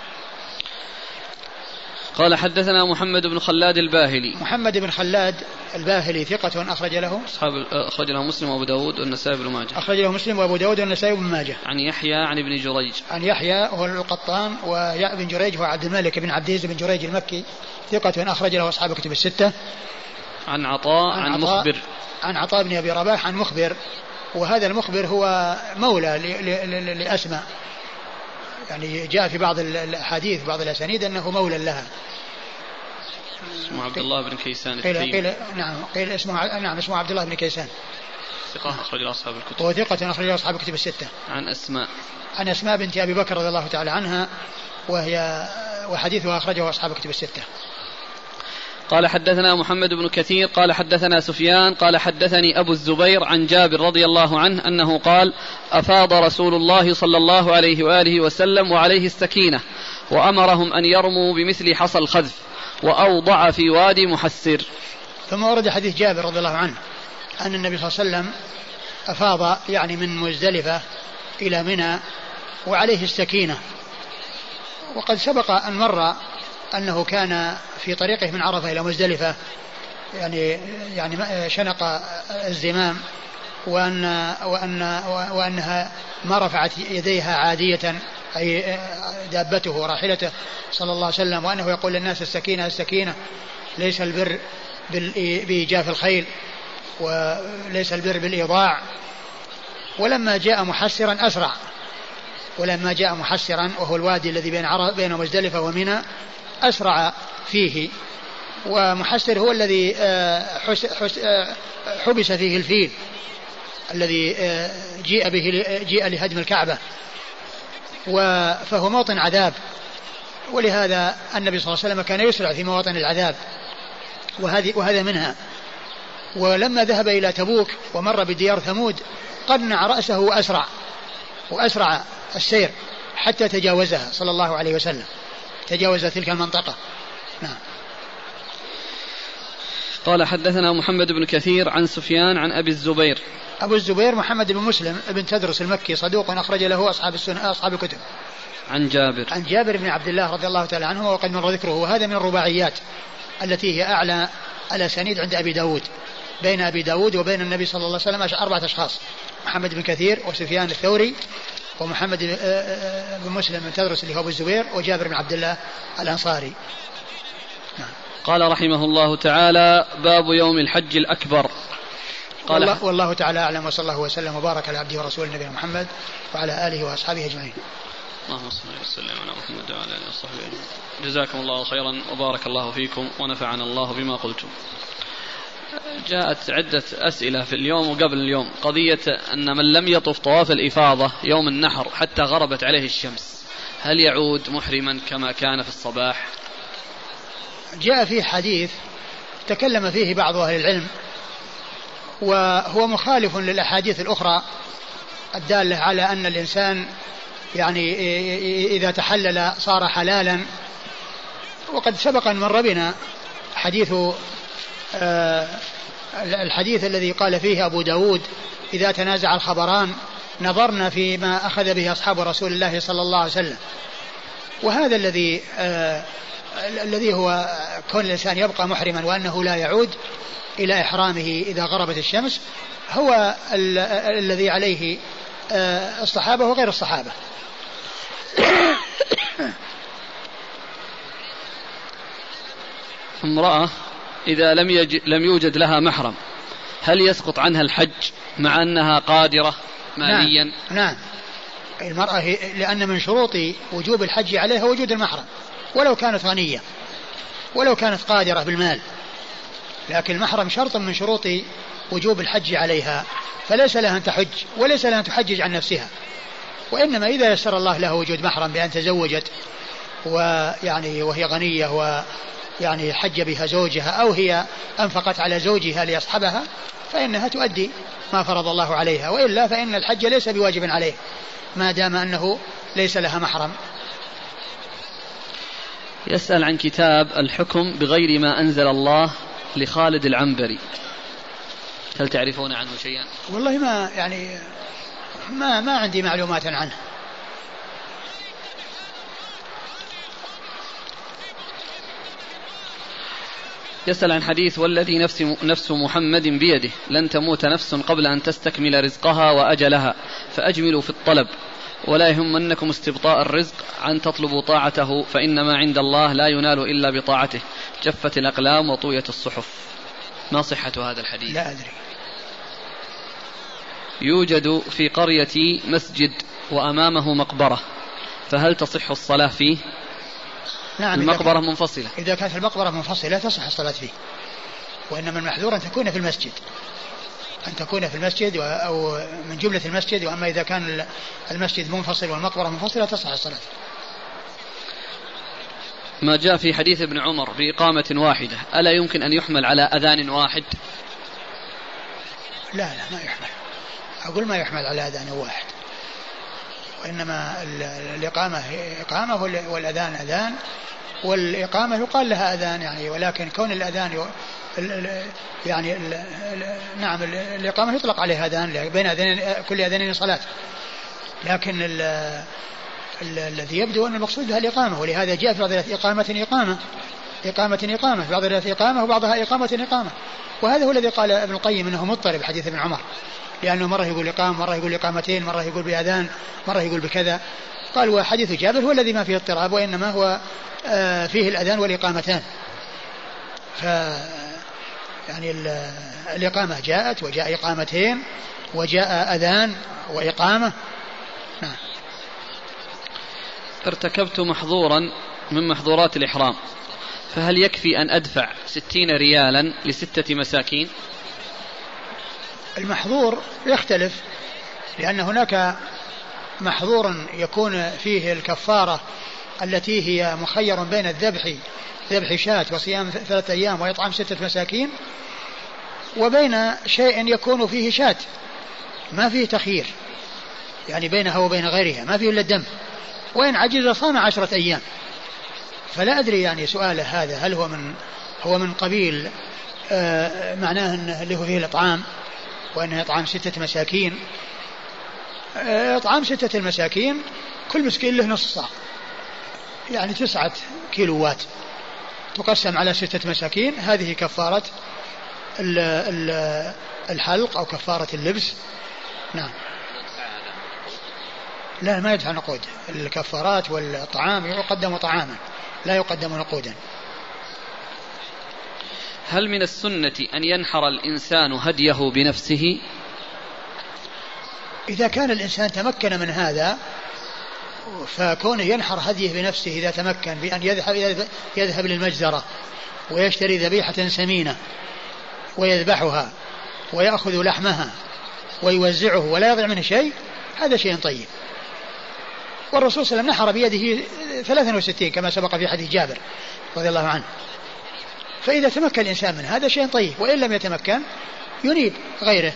قال حدثنا محمد بن خلاد الباهلي. محمد بن خلاد الباهلي ثقة أخرج له مسلم وأبو داود والنسائي بن ماجه. أخرج له مسلم وأبو داود والنسائي بن ماجه. عن يحيى عن ابن جريج. عن يحيى هو القطان وابن جريج هو عبد الملك بن عبد العزيز بن جريج المكي ثقة أخرج له أصحاب كتب الستة. عن عطاء عن مخبر. عن عطاء بن أبي رباح عن مخبر. وهذا المخبر هو مولى لأسماء يعني جاء في بعض الأحاديث بعض الأسانيد أنه مولى لها. اسمه عبد الله بن كيسان. قيل اسمه عبد الله بن كيسان. ثقة أخرج له أصحاب الكتب. هو ثقة أخرج له أصحاب الكتب الستة. عن أسماء بنت أبي بكر رضي الله تعالى عنها وحديثها أخرجه أصحاب الكتب الستة. قال حدثنا محمد بن كثير قال حدثنا سفيان قال حدثني أبو الزبير عن جابر رضي الله عنه أنه قال أفاض رسول الله صلى الله عليه وآله وسلم وعليه السكينة وأمرهم أن يرموا بمثل حصى الخذف وأوضع في وادي محسر. ثم ورد حديث جابر رضي الله عنه أن النبي صلى الله عليه وسلم أفاض يعني من مزدلفة إلى منى وعليه السكينة. وقد سبق أن مر أنه كان في طريقه من عرفة إلى مزدلفة يعني شنق الزمام وأنها ما رفعت يديها عادية أي دابته وراحلته صلى الله عليه وسلم وأنه يقول للناس السكينة السكينة ليس البر بإيجاف الخيل وليس البر بالإيضاع. ولما جاء محسرا وهو الوادي الذي بين مزدلفة ومنى أسرع فيه. ومحسر هو الذي حبس فيه الفيل الذي جيء لهدم الكعبة فهو موطن عذاب. ولهذا النبي صلى الله عليه وسلم كان يسرع في مواطن العذاب وهذا منها. ولما ذهب إلى تبوك ومر بديار ثمود قنع رأسه وأسرع السير حتى تجاوزها صلى الله عليه وسلم تجاوز تلك المنطقة. نعم. قال حدثنا محمد بن كثير عن سفيان عن أبي الزبير. أبو الزبير محمد بن مسلم ابن تدرس المكي صدوق أخرج له أصحاب الكتب. عن جابر بن عبد الله رضي الله تعالى عنه وقد مر ذكره. وهذا من الرباعيات التي هي أعلى الأسانيد عند أبي داود. بين أبي داود وبين النبي صلى الله عليه وسلم 4 أشخاص: محمد بن كثير وسفيان الثوري ومحمد بن مسلم بن تدرس اللي هو أبو الزبير وجابر بن عبد الله الأنصاري. نعم. قال رحمه الله تعالى: باب يوم الحج الأكبر. قال والله تعالى أعلم وصلى الله وسلم وبارك على عبده ورسوله نبينا محمد وعلى آله وأصحابه أجمعين. اللهم صل وسلم على محمد وعلى آله وصحبه أجمعين. جزاكم الله خيرا وبارك الله فيكم ونفعنا الله بما قلتم. جاءت عدة أسئلة في اليوم وقبل اليوم. قضية أن من لم يطف طواف الإفاضة يوم النحر حتى غربت عليه الشمس هل يعود محرما كما كان في الصباح؟ جاء فيه حديث تكلم فيه بعض أهل العلم وهو مخالف للأحاديث الأخرى الدالة على أن الإنسان يعني إذا تحلل صار حلالا. وقد سبق أن مر بنا الحديث الذي قال فيه أبو داود: إذا تنازع الخبران نظرنا فيما أخذ به أصحاب رسول الله صلى الله عليه وسلم. وهذا الذي هو كون الإنسان يبقى محرما وأنه لا يعود إلى إحرامه إذا غربت الشمس هو الذي عليه الصحابة وغير الصحابة. امرأة إذا لم يوجد لها محرم هل يسقط عنها الحج مع أنها قادرة ماليا؟ نعم. المرأة لأن من شروط وجوب الحج عليها وجود المحرم، ولو كانت غنية ولو كانت قادرة بالمال، لكن المحرم شرط من شروط وجوب الحج عليها، فليس لها أن تحج وليس لها أن تحجج عن نفسها، وإنما إذا يسر الله لها وجود محرم بأن تزوجت وهي غنية ويعني حج بها زوجها أو هي أنفقت على زوجها ليصحبها فإنها تؤدي ما فرض الله عليها، وإلا فإن الحج ليس بواجب عليه ما دام أنه ليس لها محرم. يسأل عن كتاب الحكم بغير ما أنزل الله لخالد العنبري، هل تعرفون عنه شيئا؟ والله ما عندي معلومات عنه. يسأل عن حديث والذي نفس محمد بيده لن تموت نفس قبل أن تستكمل رزقها وأجلها فأجملوا في الطلب ولا يهمنكم استبطاء الرزق عن تطلبوا طاعته فإنما عند الله لا ينال إلا بطاعته جفت الأقلام وطويت الصحف. ما صحة هذا الحديث؟ لا أدري. يوجد في قريتي مسجد وأمامه مقبرة، فهل تصح الصلاة فيه؟ نعم. المقبرة منفصلة. إذا كانت المقبرة منفصلة لا تصح الصلاة فيه، وإنما المحذور أن تكون في المسجد، أن تكون في المسجد أو من جملة المسجد، وأما إذا كان المسجد منفصل والمقبرة منفصلة تصح الصلاة. ما جاء في حديث ابن عمر بإقامة واحدة ألا يمكن أن يحمل على أذان واحد؟ لا ما يحمل، أقول ما يحمل على أذان واحد، وإنما الإقامة إقامة والأذان أذان، والإقامة يقال لها أذان يعني، ولكن كون الأذان يعني نعم الإقامة يطلق عليها أذان بين أذان كل أذانين صلاة، لكن الذي يبدو أن المقصود بها الإقامة، ولهذا جاء في بعض إقامة في بعض إقامة وبعضها إقامة، وهذا هو الذي قال ابن القيم أنه مضطرب حديث ابن عمر، لأنه مرة يقول إقامة، مرة يقول إقامتين، مرة يقول بأذان، مرة يقول بكذا. قال وحديث جابر هو الذي ما فيه اضطراب، وإنما هو فيه الأذان والإقامتان. يعني الإقامة جاءت وجاء إقامتين وجاء أذان وإقامة. نعم. ارتكبت محظورا من محظورات الإحرام، فهل يكفي أن أدفع 60 ريالا ل6 مساكين؟ المحظور يختلف، لأن هناك محظور يكون فيه الكفارة التي هي مخير بين ذبح شاة وصيام 3 أيام وإطعام 6 مساكين، وبين شيء يكون فيه شاة ما فيه تخيير، يعني بينها وبين غيرها ما فيه إلا الدم، وإن عجز صام 10 أيام. فلا أدري يعني سؤاله هذا هل هو من قبيل معناه أنه اللي هو فيه الإطعام، وأنه يطعام 6 مساكين. إطعام 6 المساكين كل مسكين له نصف صاع، يعني 9 كيلوات تقسم على 6 مساكين، هذه كفارة الحلق أو كفارة اللبس. نعم. لا ما يدفع نقود، الكفارات والطعام يقدم طعاما لا يقدم نقودا. هل من السنة أن ينحر الإنسان هديه بنفسه؟ إذا كان الإنسان تمكن من هذا فكونه ينحر هديه بنفسه إذا تمكن بأن يذهب للمجزرة ويشتري ذبيحة سمينة ويذبحها ويأخذ لحمها ويوزعه ولا يضع منه شيء، هذا شيء طيب. والرسول صلى الله عليه وسلم نحر بيده 63 كما سبق في حديث جابر رضي الله عنه. فإذا تمكن الإنسان من هذا شيء طيب، وإن لم يتمكن ينيب غيره.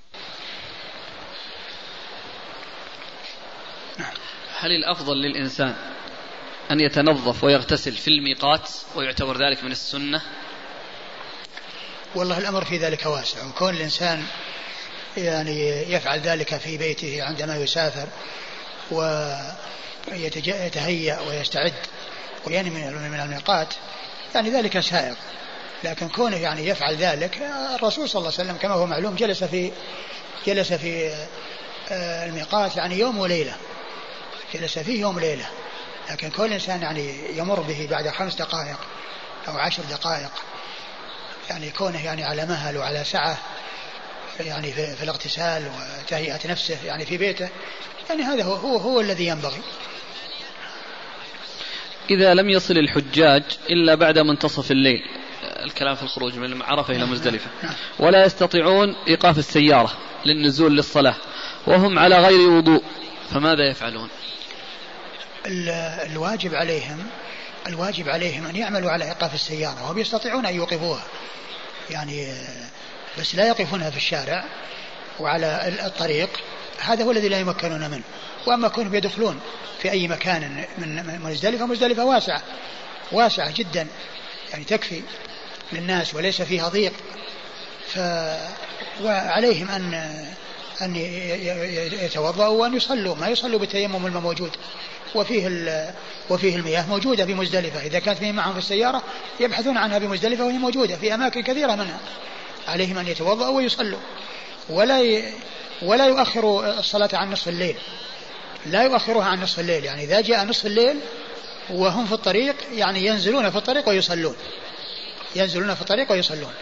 هل الأفضل للإنسان أن يتنظف ويغتسل في الميقات ويعتبر ذلك من السنة؟ والله الأمر في ذلك واسع، وكون الإنسان يعني يفعل ذلك في بيته عندما يسافر ويتهيأ ويستعد وينمي من الميقات يعني ذلك سائغ، لكن كونه يعني يفعل ذلك، الرسول صلى الله عليه وسلم كما هو معلوم جلس في الميقات يعني يوم وليلة، جلس فيه يوم ليلة، لكن كل إنسان يعني يمر به بعد 5 دقائق أو 10 دقائق، يعني كونه يعني على مهل وعلى سعة يعني في الاغتسال وتهيئة نفسه يعني في بيته، يعني هذا هو الذي ينبغي. إذا لم يصل الحجاج إلا بعد منتصف الليل، الكلام في الخروج من عرفة إلى مزدلفة، ولا يستطيعون إيقاف السيارة للنزول للصلاة وهم على غير وضوء، فماذا يفعلون؟ الواجب عليهم أن يعملوا على إيقاف السيارة، وهم يستطيعون أن يوقفوها يعني، بس لا يقفونها في الشارع وعلى الطريق، هذا هو الذي لا يمكنون منه. وأما كونهم يدخلون في أي مكان من مزدلفة واسعة جدا يعني تكفي للناس وليس فيها ضيق، وعليهم أن يتوضأوا وأن يصلوا، ما يصلوا بالتيمم الموجود. وفيه المياه موجودة بمزدلفة، إذا كانت فيه معهم في السيارة يبحثون عنها بمزدلفة وهي موجودة في أماكن كثيرة منها. عليهم أن يتوضأوا ويصلوا، ولا يؤخروا الصلاة عن نصف الليل، لا يؤخروها عن نصف الليل. يعني إذا جاء نصف الليل وهم في الطريق يعني ينزلون في الطريق ويصلون.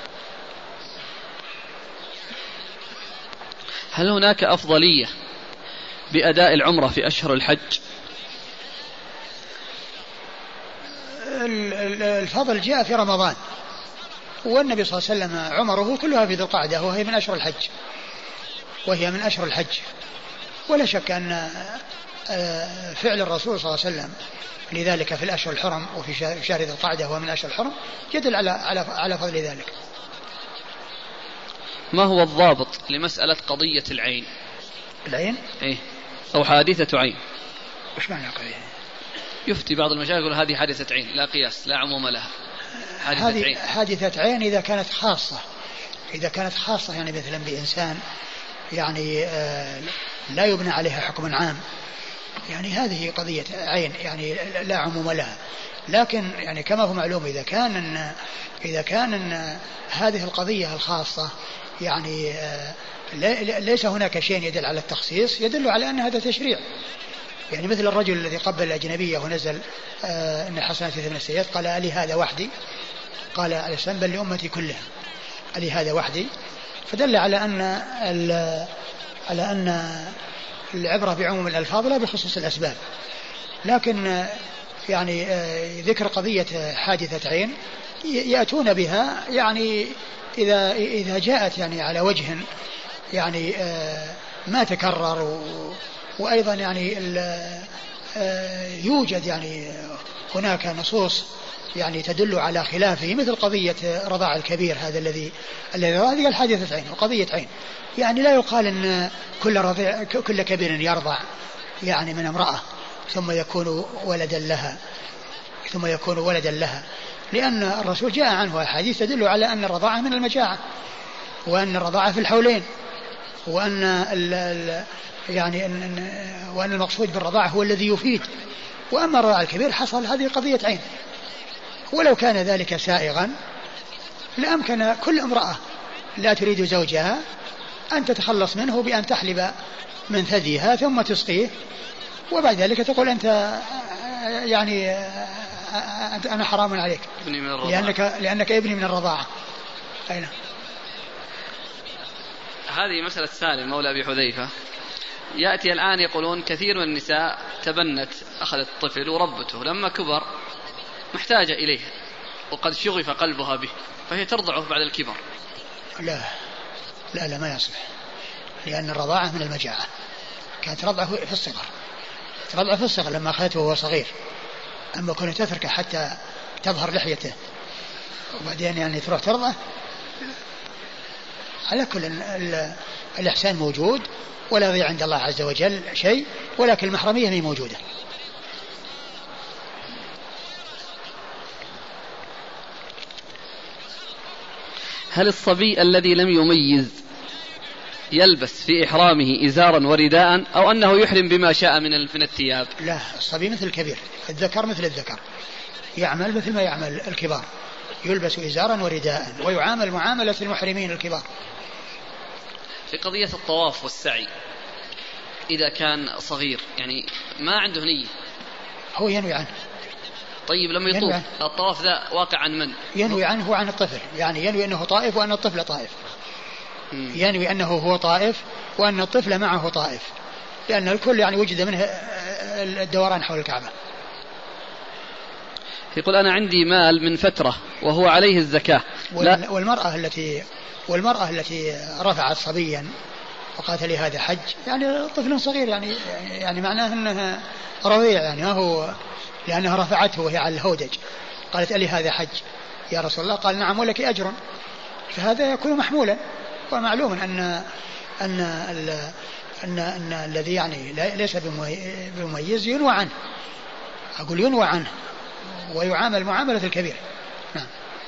هل هناك أفضلية بأداء العمرة في أشهر الحج؟ الفضل جاء في رمضان، والنبي صلى الله عليه وسلم عمره كلها في ذي القعدة وهي من أشهر الحج. ولا شك أن فعل الرسول صلى الله عليه وسلم لذلك في الأشهر الحرم وفي شهر ذي القعدة وهو من أشهر الحرم يدل على فضل ذلك. ما هو الضابط لمسألة قضية العين؟ إيه؟ أو حادثة عين. وش معنى قضية؟ يفتي بعض المشايخ يقول هذه حادثة عين لا قياس لا عموم لها. حادثة عين إذا كانت خاصة يعني مثلا بإنسان يعني لا يبنى عليها حكم عام، يعني هذه قضية عين يعني لا عموم لها. لكن يعني كما هو معلوم إذا كان هذه القضية الخاصة يعني ليس هناك شيء يدل على التخصيص، يدل على أن هذا تشريع. يعني مثل الرجل الذي قبل الأجنبية ونزل إن الحسنات يذهبن السيئات، قال ألي هذا وحدي؟ قال عليه السلام بل لأمتي كلها، ألي هذا وحدي؟ فدل على أن العبرة بعموم الألفاظ لا بخصوص الأسباب. لكن يعني ذكر قضية حادثة عين يأتون بها يعني إذا جاءت يعني على وجه يعني ما تكرر، وأيضا يعني يوجد يعني هناك نصوص يعني تدل على خلافه، مثل قضية رضاع الكبير هذا الذي هذه الحادثة عين وقضية عين. يعني لا يقال أن كل كبير يرضع يعني من امرأة ثم يكون ولدا لها، لأن الرسول جاء عنه أحاديث تدل على أن الرضاعة من المجاعة، وأن الرضاعة في الحولين، وأن وأن المقصود بالرضاعة هو الذي يفيد. وأما الرضاع الكبير حصل هذه قضية عين. ولو كان ذلك سائغا لأمكن كل امرأة لا تريد زوجها أن تتخلص منه بأن تحلب من ثديها ثم تسقيه، وبعد ذلك تقول أنت يعني أنا حرام عليك لأنك ابني من الرضاعة. أين هذه مسألة سالم مولى أبي حذيفة. يأتي الآن يقولون كثير من النساء تبنت أخذت الطفل وربته، لما كبر محتاجة إليه وقد شغف قلبها به فهي ترضعه بعد الكبر. لا ما يصلح، لأن الرضاعة من المجاعة. كانت ترضعه في الصغر لما أخذته وهو صغير، أما كنت تتركه حتى تظهر لحيته وبعدين يعني تروح ترضعه. على كل الإحسان موجود ولا يضيع عند الله عز وجل شيء، ولكن المحرمية هي موجودة. هل الصبي الذي لم يميز يلبس في إحرامه إزارا ورداء أو أنه يحرم بما شاء من الثياب؟ لا، الصبي مثل الكبير، الذكر مثل الذكر، يعمل مثل ما يعمل الكبار، يلبس إزارا ورداء ويعامل معاملة المحرمين الكبار. في قضية الطواف والسعي إذا كان صغير يعني ما عنده نية، هو ينوي عنه. طيب لما يطوف الطواف ذا واقع عن من؟ ينوي عنه وعن الطفل، يعني ينوي أنه طائف وأن الطفل طائف. ينوي أنه هو طائف وأن الطفل معه طائف، لأن الكل يعني وجد منه الدوران حول الكعبة. يقول أنا عندي مال من فترة وهو عليه الزكاة. والمرأة التي رفعت صبيا وقالت لي هذا حج، يعني طفل صغير، يعني معناه أنها رضيع، يعني هو لأنها رفعته وهي على الهودج، قالت لي هذا حج يا رسول الله، قال نعم ولك أجر، فهذا يكون محمولا. ومعلوم أن الذي يعني ليس بمميز ينوى عنه، أقول ينوى عنه ويعامل معاملة الكبير. نعم.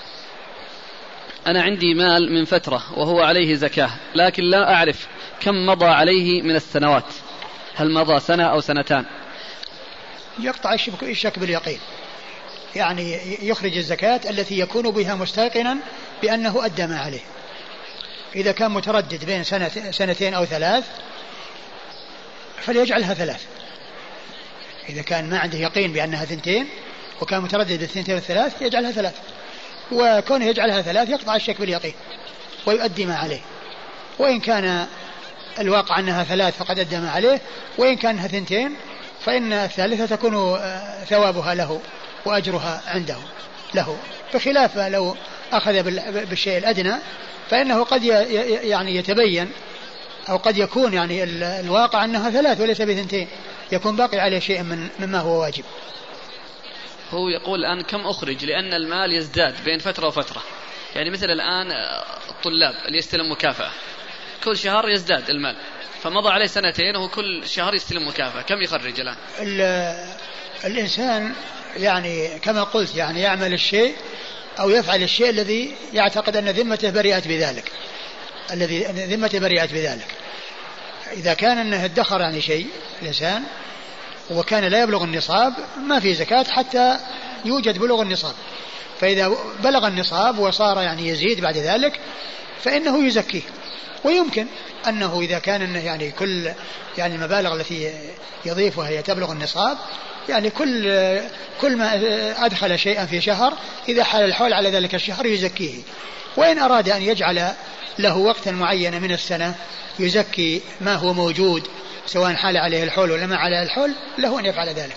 أنا عندي مال من فترة وهو عليه زكاة، لكن لا أعرف كم مضى عليه من السنوات، هل مضى سنة أو سنتان؟ يقطع الشك باليقين، يعني يخرج الزكاة التي يكون بها مستيقنا بأنه أدى ما عليه. إذا كان متردد بين سنتين أو 3 فليجعلها 3. إذا كان ما عنده يقين بأنها 2 وكان متردد 2 و3 يجعلها 3، وكونه يجعلها 3 يقطع الشك باليقين ويؤدي ما عليه. وإن كان الواقع أنها 3 فقد أدى ما عليه، وإن كانها 2 فإن الثالثة تكون ثوابها له وأجرها عنده له، بخلاف لو أخذ بالشيء الأدنى فإنه قد يعني يتبين أو قد يكون يعني الواقع أنها 3 وليس ب2، يكون باقي عليه شيء مما هو واجب. هو يقول الآن كم أخرج، لأن المال يزداد بين فترة وفترة، يعني مثل الآن الطلاب اللي يستلم مكافأة كل شهر يزداد المال، فمضى عليه 2 وهو كل شهر يستلم مكافأة، كم يخرج الآن؟ الإنسان يعني كما قلت يعني يعمل الشيء أو يفعل الشيء الذي يعتقد أن ذمته بريئة بذلك، الذي ذمته بريئة بذلك. إذا كان أنه ادخر يعني شيء الإنسان وكان لا يبلغ النصاب ما في زكاة حتى يوجد بلوغ النصاب، فإذا بلغ النصاب وصار يعني يزيد بعد ذلك فإنه يزكيه. ويمكن أنه إذا كان أنه يعني كل يعني المبالغ التي يضيفها هي تبلغ النصاب، يعني كل ما أدخل شيئا في شهر إذا حال الحول على ذلك الشهر يزكيه. وإن أراد أن يجعل له وقتا معينا من السنة يزكي ما هو موجود سواء حال عليه الحول ولا ما عليه الحول، له أن يفعل ذلك.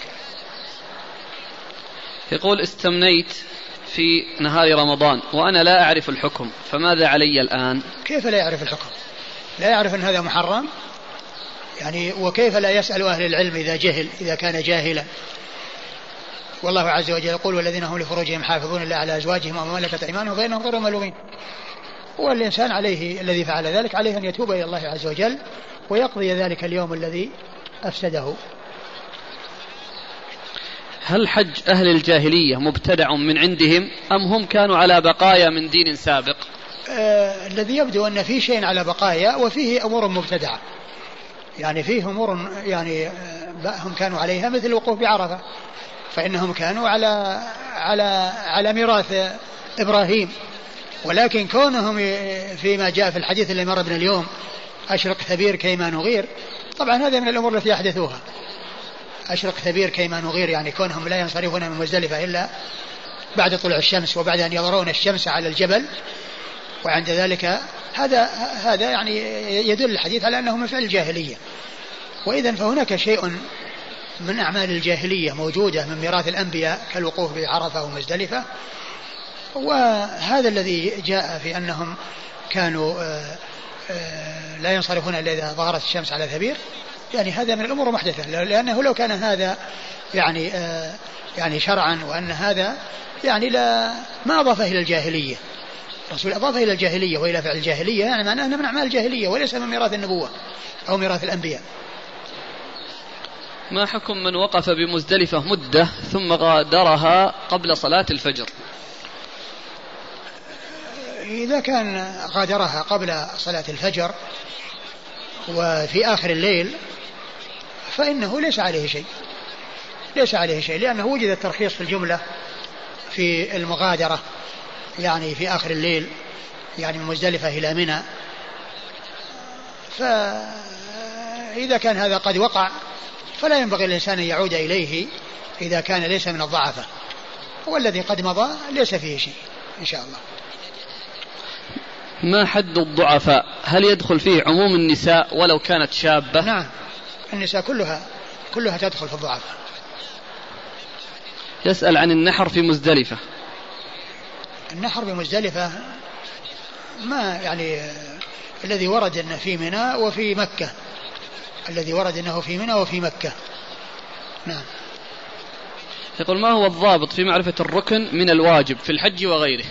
يقول استمنيت في نهار رمضان وأنا لا أعرف الحكم، فماذا علي الآن؟ كيف لا يعرف الحكم؟ لا يعرف أن هذا محرم يعني، وكيف لا يسأل أهل العلم إذا جهل، إذا كان جاهلا؟ والله عز وجل يقول والذين هم لفروجهم حافظون إلا على أزواجهم وما ملكت أيمانهم فإنهم غير ملومين. والإنسان عليه الذي فعل ذلك عليه أن يتوب إلى الله عز وجل ويقضي ذلك اليوم الذي أفسده. هل حج أهل الجاهلية مبتدع من عندهم أم هم كانوا على بقايا من دين سابق؟ الذي يبدو أن فيه شيء على بقايا وفيه أمور مبتدعة، يعني فيه أمور يعني هم كانوا عليها مثل الوقوف بعرفة، فإنهم كانوا على ميراث إبراهيم، ولكن كونهم فيما جاء في الحديث اللي مر بنا اليوم أشرق ثبير كيما نغير، طبعا هذا من الأمور التي أحدثوها. أشرق ثبير كيما نغير يعني كونهم لا ينصرفون من مزدلفة إلا بعد طلوع الشمس وبعد أن يضرون الشمس على الجبل، وعند ذلك هذا يعني يدل الحديث على أنه من فعل الجاهلية. وإذن فهناك شيء من أعمال الجاهلية موجودة من ميراث الأنبياء كالوقوف بعرفة ومزدلفة، وهذا الذي جاء في أنهم كانوا لا ينصرفون إلا إذا ظهرت الشمس على ثبير، يعني هذا من الأمور محدثة، لأنه لو كان هذا يعني شرعا وأن هذا يعني ما أضافه إلى الجاهلية، الرسول أضافه إلى الجاهلية وإلى فعل الجاهلية، يعني معناه أنه من أعمال الجاهلية وليس من ميراث النبوة أو ميراث الأنبياء. ما حكم من وقف بمزدلفة مدة ثم غادرها قبل صلاة الفجر؟ إذا كان غادرها قبل صلاة الفجر وفي آخر الليل فإنه ليس عليه شيء، لأنه وجد الترخيص في الجملة في المغادرة يعني في آخر الليل، يعني من مزدلفة إلى منى. فإذا كان هذا قد وقع فلا ينبغي الإنسان أن يعود إليه إذا كان ليس من الضعفة، والذي قد مضى ليس فيه شيء إن شاء الله. ما حد الضعفاء؟ هل يدخل فيه عموم النساء ولو كانت شابة؟ نعم، النساء كلها تدخل في الضعفاء. يسأل عن النحر في مزدلفة. النحر بمزدلفة ما يعني الذي ورد أنه في منى وفي مكة، الذي ورد أنه في منى وفي مكة. نعم. يقول ما هو الضابط في معرفة الركن من الواجب في الحج وغيره؟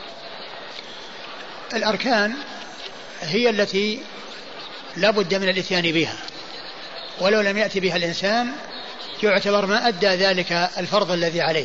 الأركان هي التي لا بد من الاتيان بها، ولو لم يأتي بها الإنسان يعتبر ما أدى ذلك الفرض الذي عليه.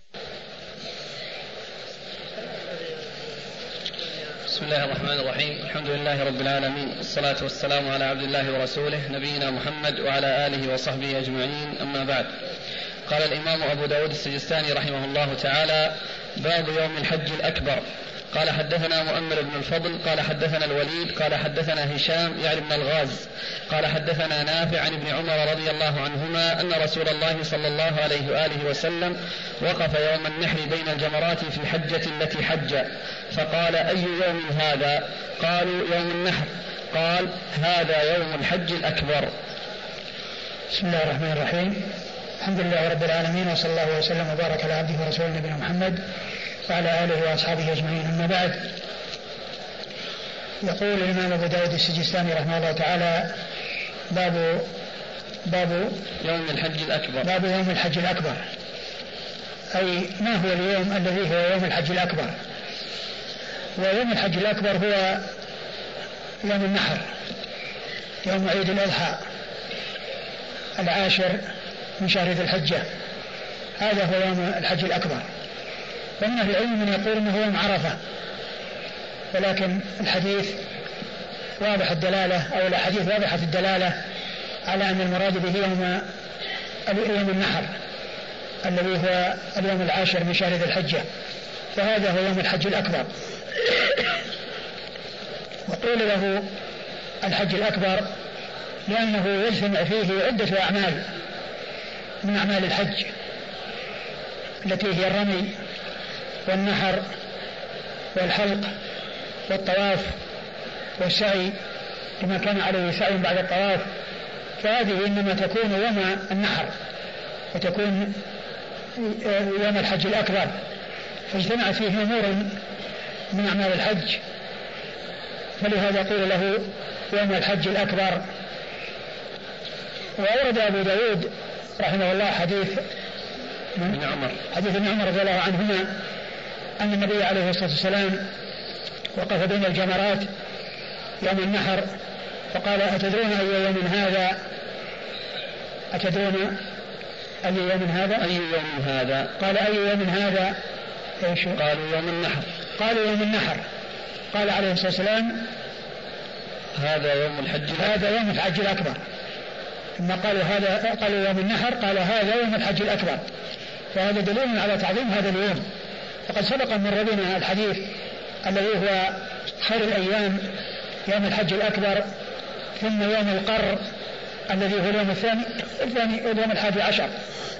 بسم الله الرحمن الرحيم. الحمد لله رب العالمين، والصلاة والسلام على عبد الله ورسوله نبينا محمد وعلى آله وصحبه أجمعين، أما بعد. قال الإمام أبو داود السجستاني رحمه الله تعالى: باب يوم الحج الأكبر. قال حدثنا مؤمل بن الفضل قال حدثنا الوليد قال حدثنا هشام يعني بن الغاز قال حدثنا نافع عن ابن عمر رضي الله عنهما أن رسول الله صلى الله عليه وآله وسلم وقف يوم النحر بين الجمرات في الحجة التي حج، فقال: أي يوم هذا؟ قالوا: يوم النحر. قال: هذا يوم الحج الأكبر. بسم الله الرحمن الرحيم. الحمد لله رب العالمين، وصلى الله وسلم وبارك على عبده ورسوله نبينا محمد وعلى آله وأصحابه أجمعين، أما بعد. يقول الإمام أبو داود السجستاني رحمه الله تعالى: باب يوم الحج الأكبر. باب يوم الحج الأكبر، أي ما هو اليوم الذي هو يوم الحج الأكبر؟ ويوم الحج الأكبر هو يوم النحر، يوم عيد الأضحى 10 من شهر ذي الحجة، هذا هو يوم الحج الأكبر. ومن أهل العلم من يقول أنه يوم عرفة، ولكن الحديث واضح الدلالة، أو الحديث واضحة الدلالة على أن المراد به يوم النحر الذي هو اليوم 10 من شهر ذي الحجة، فهذا هو يوم الحج الأكبر. وقيل له الحج الأكبر لأنه يجتمع فيه عدة أعمال من أعمال الحج التي هي الرمي والنحر والحلق والطواف والسعي لما كان عليه سعي بعد الطواف، فهذه إنما تكون يوم النحر وتكون يوم الحج الأكبر، فاجتمع فيه أمور من أعمال الحج، فلهذا قيل له يوم الحج الأكبر. وأورد أبو داود رحمه الله حديث ابن عمر رضي الله عنهما أن النبي عليه الصلاة والسلام وقف بين الجمرات يوم النحر فقال: أتدرون أي يوم هذا؟ أتدرون أي يوم هذا؟ أي يوم هذا؟ قال: أي يوم هذا؟ إيش؟ قالوا: يوم النحر. قالوا: يوم النحر. قال عليه الصلاة والسلام: هذا يوم الحج، هذا يوم الحج الأكبر. ثم قالوا يوم النحر، قال: هذا يوم الحج الأكبر. فهذا دليل على تعظيم هذا اليوم. وقد سبق من ربنا الحديث الذي هو خير الأيام يوم الحج الأكبر، ثم يوم القر الذي هو اليوم الثاني اليوم 11.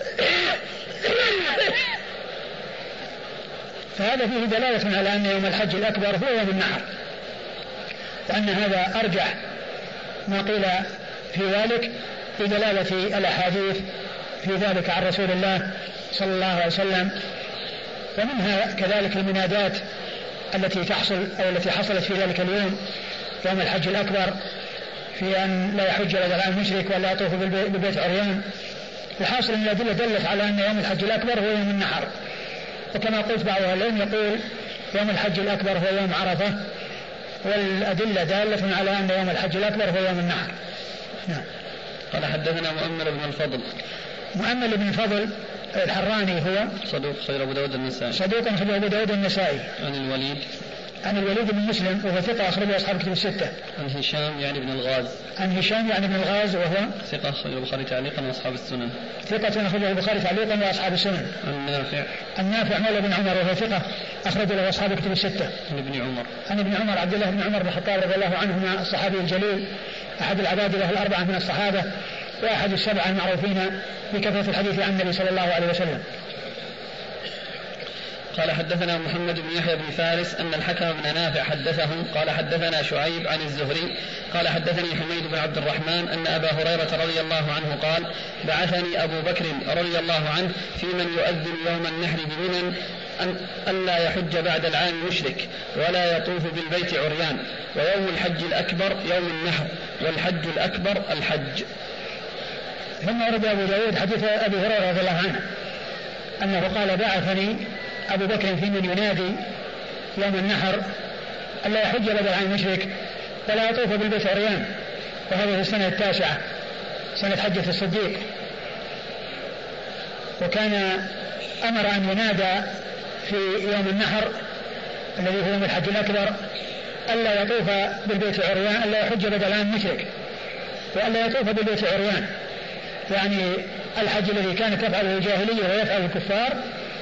فهذا فيه دلالة على أن يوم الحج الأكبر هو يوم النحر، وأن هذا أرجح ما قيل في ذلك بدلالة الأحاديث في ذلك عن رسول الله صلى الله عليه وسلم. ومنها كذلك المنادات التي تحصل أو التي حصلت في ذلك اليوم يوم الحج الأكبر في أن لا يحج إلا العام مشرك ولا يطوف بالبيت عريان. الحاصل أن الأدلة دلت على أن يوم الحج الأكبر هو يوم النحر. وكما قلت بعض العلماء يقول يوم الحج الأكبر هو يوم عرفة، والأدلة دالة على أن يوم الحج الأكبر هو يوم النحر. نعم. قال حدثنا مؤمل بن الفضل. مؤمل بن الفضل الحراني هو صدوق خرج أبو داود النسائي. صدوق خرج أبو داود النسائي. عن الوليد بن مسلم وهو ثقة أخرجه أصحاب الكتب الستة. عن هشام يعني بن الغاز. عن هشام يعني بن الغاز وهو ثقة أخرجه البخاري تعليقا وأصحاب السنن. ثقة أخرجه البخاري تعليقا وأصحاب السنن. عن نافع مولى بن عمر وهو ثقة أخرج له أصحاب الكتب الستة. عن ابن عمر عبد الله بن عمر بن الخطاب رضي الله عنهما الصحابي الجليل أحد العبادلة الأربعة من الصحابة وأحد السبعة المعروفين بكثرة الحديث عن النبي صلى الله عليه وسلم. قال حدثنا محمد بن يحيى بن فارس أن الحكم بن نافع حدثهم قال حدثنا شعيب عن الزهري قال حدثني حميد بن عبد الرحمن أن أبا هريرة رضي الله عنه قال بعثني أبو بكر رضي الله عنه في من يؤذن يوم النحر بمنى ألا يحج بعد العام مشرك ولا يطوف بالبيت عريان ويوم الحج الأكبر يوم النحر والحج الأكبر الحج. ثم ورد أبو داود حديث أبي هريرة رضي الله عنه أنه قال بعثني أبو بكر في من ينادي يوم النحر ألا يحج بعد العام مشرك ولا يطوف بالبيت عريان، وهذا في السنة 9 سنة حجة الصديق. وكان أمر أن ينادى في يوم النحر الذي هو يوم الحج الأكبر ألا يطوف بالبيت عريان، ألا يحج بعد العام مشرك وألا يطوف بالبيت عريان، يعني الحج الذي كانت تفعله الجاهلية ويفعله الكفار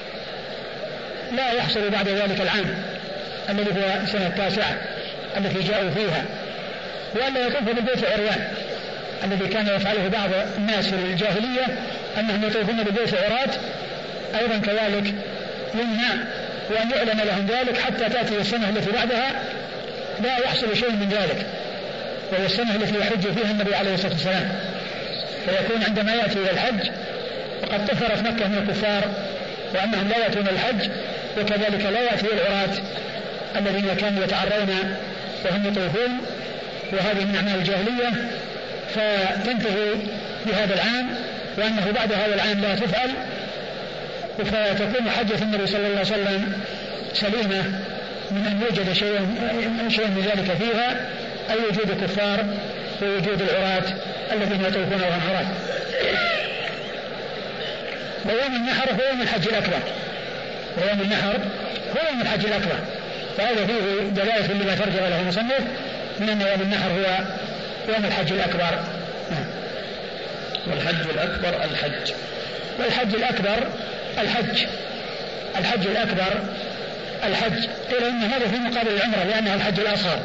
لا يحصل بعد ذلك العام الذي هو سنة 9 التي جاءوا فيها، وألا يطوف بالبيت عريان الذي كان يفعله بعض الناس في الجاهلية أنهم يطوفون بالبيت عراة، أيضا كذلك يمنع وأن يعلن لهم ذلك حتى تأتي السنة التي بعدها لا يحصل شيء من ذلك، وهي السنة التي يحج فيها النبي عليه الصلاة والسلام، فيكون عندما يأتي إلى الحج وقد طهرت مكة من الكفار وأنهم لا يأتون الحج، وكذلك لا يأتي العراة الذين كانوا يتعرون وهم يطوفون، وهذه من أعمال الجاهلية، فتنتهي بهذا العام، وأنه بعد هذا العام لا تفعل، فتكون حجة النبي صلى الله عليه وسلم سليمة من أن يوجد شيء من ذلك فيها، أي وجود الكفار ووجود العراة الذين يطوفون وهم عراة. ويوم النحر هو يوم الحج الأكبر، ويوم النحر هو يوم الحج الأكبر، فهذا فيه دلالة لما ترجم له المصنف من أن يوم النحر هو يوم الحج الأكبر. والحج الأكبر الحج، والحج الأكبر الحج، الحج الأكبر الحج، قيل إن هذا في مقابل العمرة لأنها الحج الأصغر،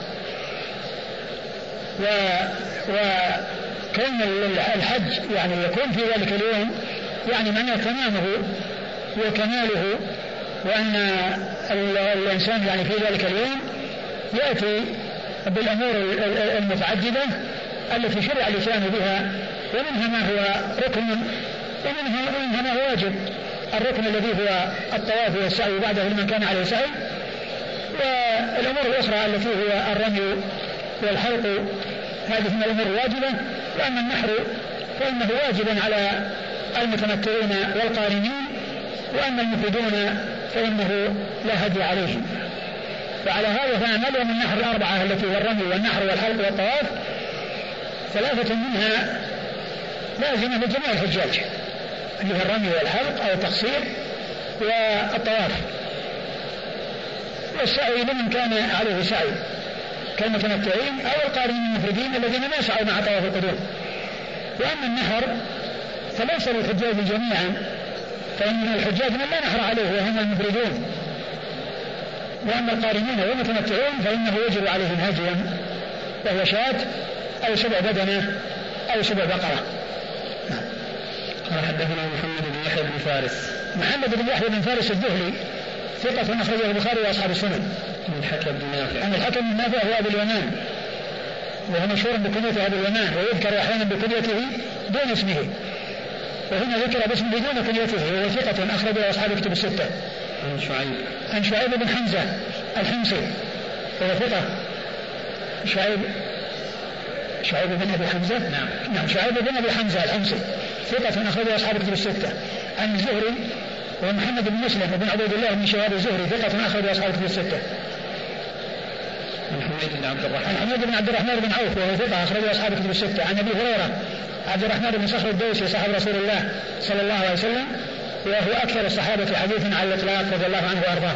وكون الحج يعني يكون في ذلك اليوم يعني معناه تمامه وكماله، وأن الإنسان يعني في ذلك اليوم يأتي بالأمور المتعددة التي شرع الإسلام بها، ومنها ما هو ركن ومنها ما هو واجب. الركن الذي هو الطواف والسعي بعده لمن كان عليه سعي، والأمور الأخرى التي هو الرمي والحلق هذه من الأمور الواجبة. وأما النحر فإنه واجب على المتمتعين والقارنين، وأما المفردون فإنه لا هدي عليهم. وعلى هذا فأعمال يوم النحر الأربعة التي هو الرمي والنحر والحلق والطواف 3 منها لازمة لجميع الحجاج، اللي هو الرمي والحلق أو التقصير والطواف، والسعي لمن كان عليه سعي كالمتمتعين أو القارنين المفردين الذين ما سعوا مع طواف القدوم. وأما النحر فليس للحجاج جميعا، فإن الحجاج من لا نحر عليه وهم المفردون، وأما القارنين والمتمتعون فإنه يجب عليهم هديا، وهو شاة أو 7 بدنة أو 7 بقرة. قال حدثنا محمد بن يحيى بن فارس. محمد بن يحيى بن فارس الذهلي ثقة أخرجه البخاري وأصحاب السنن. عن الحكم بن نافع. عن الحكم بن نافع هو أبو اليمان، وهو مشهور بكنيته أبو اليمان، ويذكر أحيانا بكنيته دون اسمه، وهنا ذكر باسمه دون كنيته، وهو ثقة أخرجه أصحاب الكتب الستة. عن شعيب بن حمزة الحمصي وهو ثقة. شعيب بن أبي حمزة. نعم شعيب بن أبي حمزة الحمصي ثقة أخرجه أصحاب الكتب الستة. عن الزهري ومحمد بن مسلم بن عبيد الله بن شهاب الزهري ثقة أخرجه أصحاب الكتب الستة. عن حميد بن عبد الرحمن. عن حميد بن عبد الرحمن بن عوف وهو ثقة أخرجه أصحاب الكتب الستة. عن أبي هريرة عبد الرحمن بن صخر الدوسي صاحب رسول الله صلى الله عليه وسلم، وهو أكثر الصحابة حديثا على الإطلاق رضي الله عنه وأرضاه.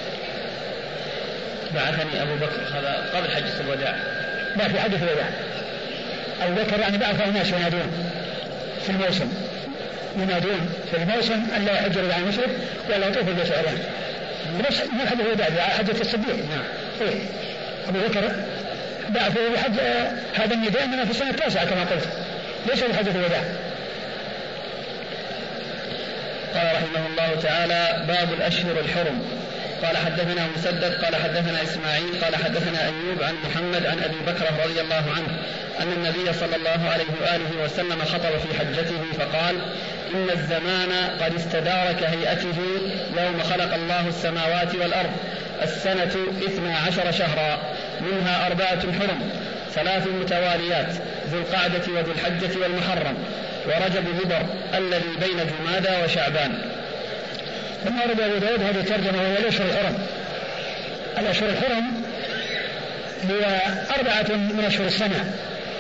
بعثني أبو بكر، هذا قبل حجة الوداع. لا، في حجة الوداع. أبو بكر يعني بعث الناس ينادون في الموسم، ينادون في الموسم أن لا يحج رجع المشرك ولا يطوف بالبيت عريان. بس مو حجة الوداع، حجة الصديق. نعم. إيه. أبو بكر بعثه بحج هذا النداء من في السنة 9 كما قلت، ليس بحجة الوداع. قال رحمه الله تعالى: باب الأشهر الحرم. قال حدثنا مسدد قال حدثنا إسماعيل قال حدثنا أيوب عن محمد عن أبي بكر رضي الله عنه أن النبي صلى الله عليه وآله وسلم خطب في حجته فقال: إن الزمان قد استدار كهيئته يوم خلق الله السماوات والأرض، السنة 12 شهرا، منها 4 حرم، 3 متواليات، ذو القعدة وذو الحجة والمحرم، ورجب مضر الذي بين جمادى وشعبان. ثم ورد أبو داود هذه الترجمة وهي الأشهر الحرم. الأشهر الحرم هي 4 من أشهر السنة،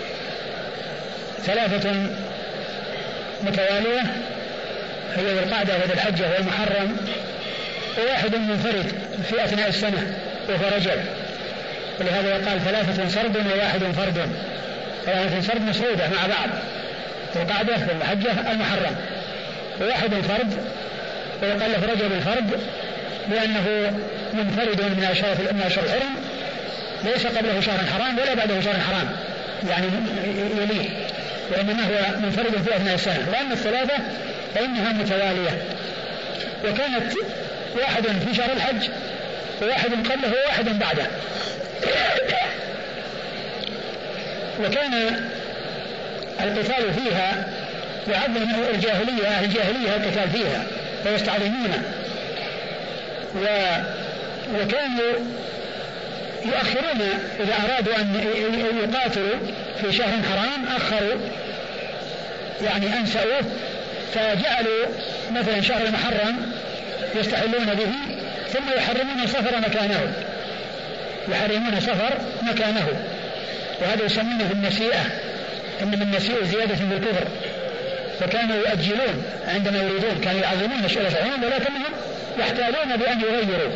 3 متوالية هي ذو القعدة وذو الحجة والمحرم، وواحد منفرد في أثناء السنة وهو رجب، ولهذا يقال 3 سرد وواحد فرد، 3 سرد مسرودة مع بعض، ذو القعدة والحجة المحرم، وواحد فرد، ويقال له رجب الفرد لأنه منفرد من أشهر الحرم، ليس قبله شهر حرام ولا بعده شهر حرام يعني يليه، وإنما هو منفرد في أثناء السنة. وأما الثلاثة فإنها متوالية، وكانت واحد في شهر الحج وواحد قبله وواحد بعده. وكان القتال فيها يعظم الجاهلية القتال فيها ويستعظمونه، وكانوا يؤخرون إذا أرادوا أن يقاتلوا في شهر حرام أخروا يعني أنسأوه، فجعلوا مثلا شهر المحرم يستحلون به ثم يحرمون صفر مكانه، وهذا يسمونه النسيئة، إنما النسيء زيادة بالكفر، فكانوا يؤجلون عندما يريدون، كانوا يعظمون الشهر الحرام ولكنهم يحتالون بأن يغيروا.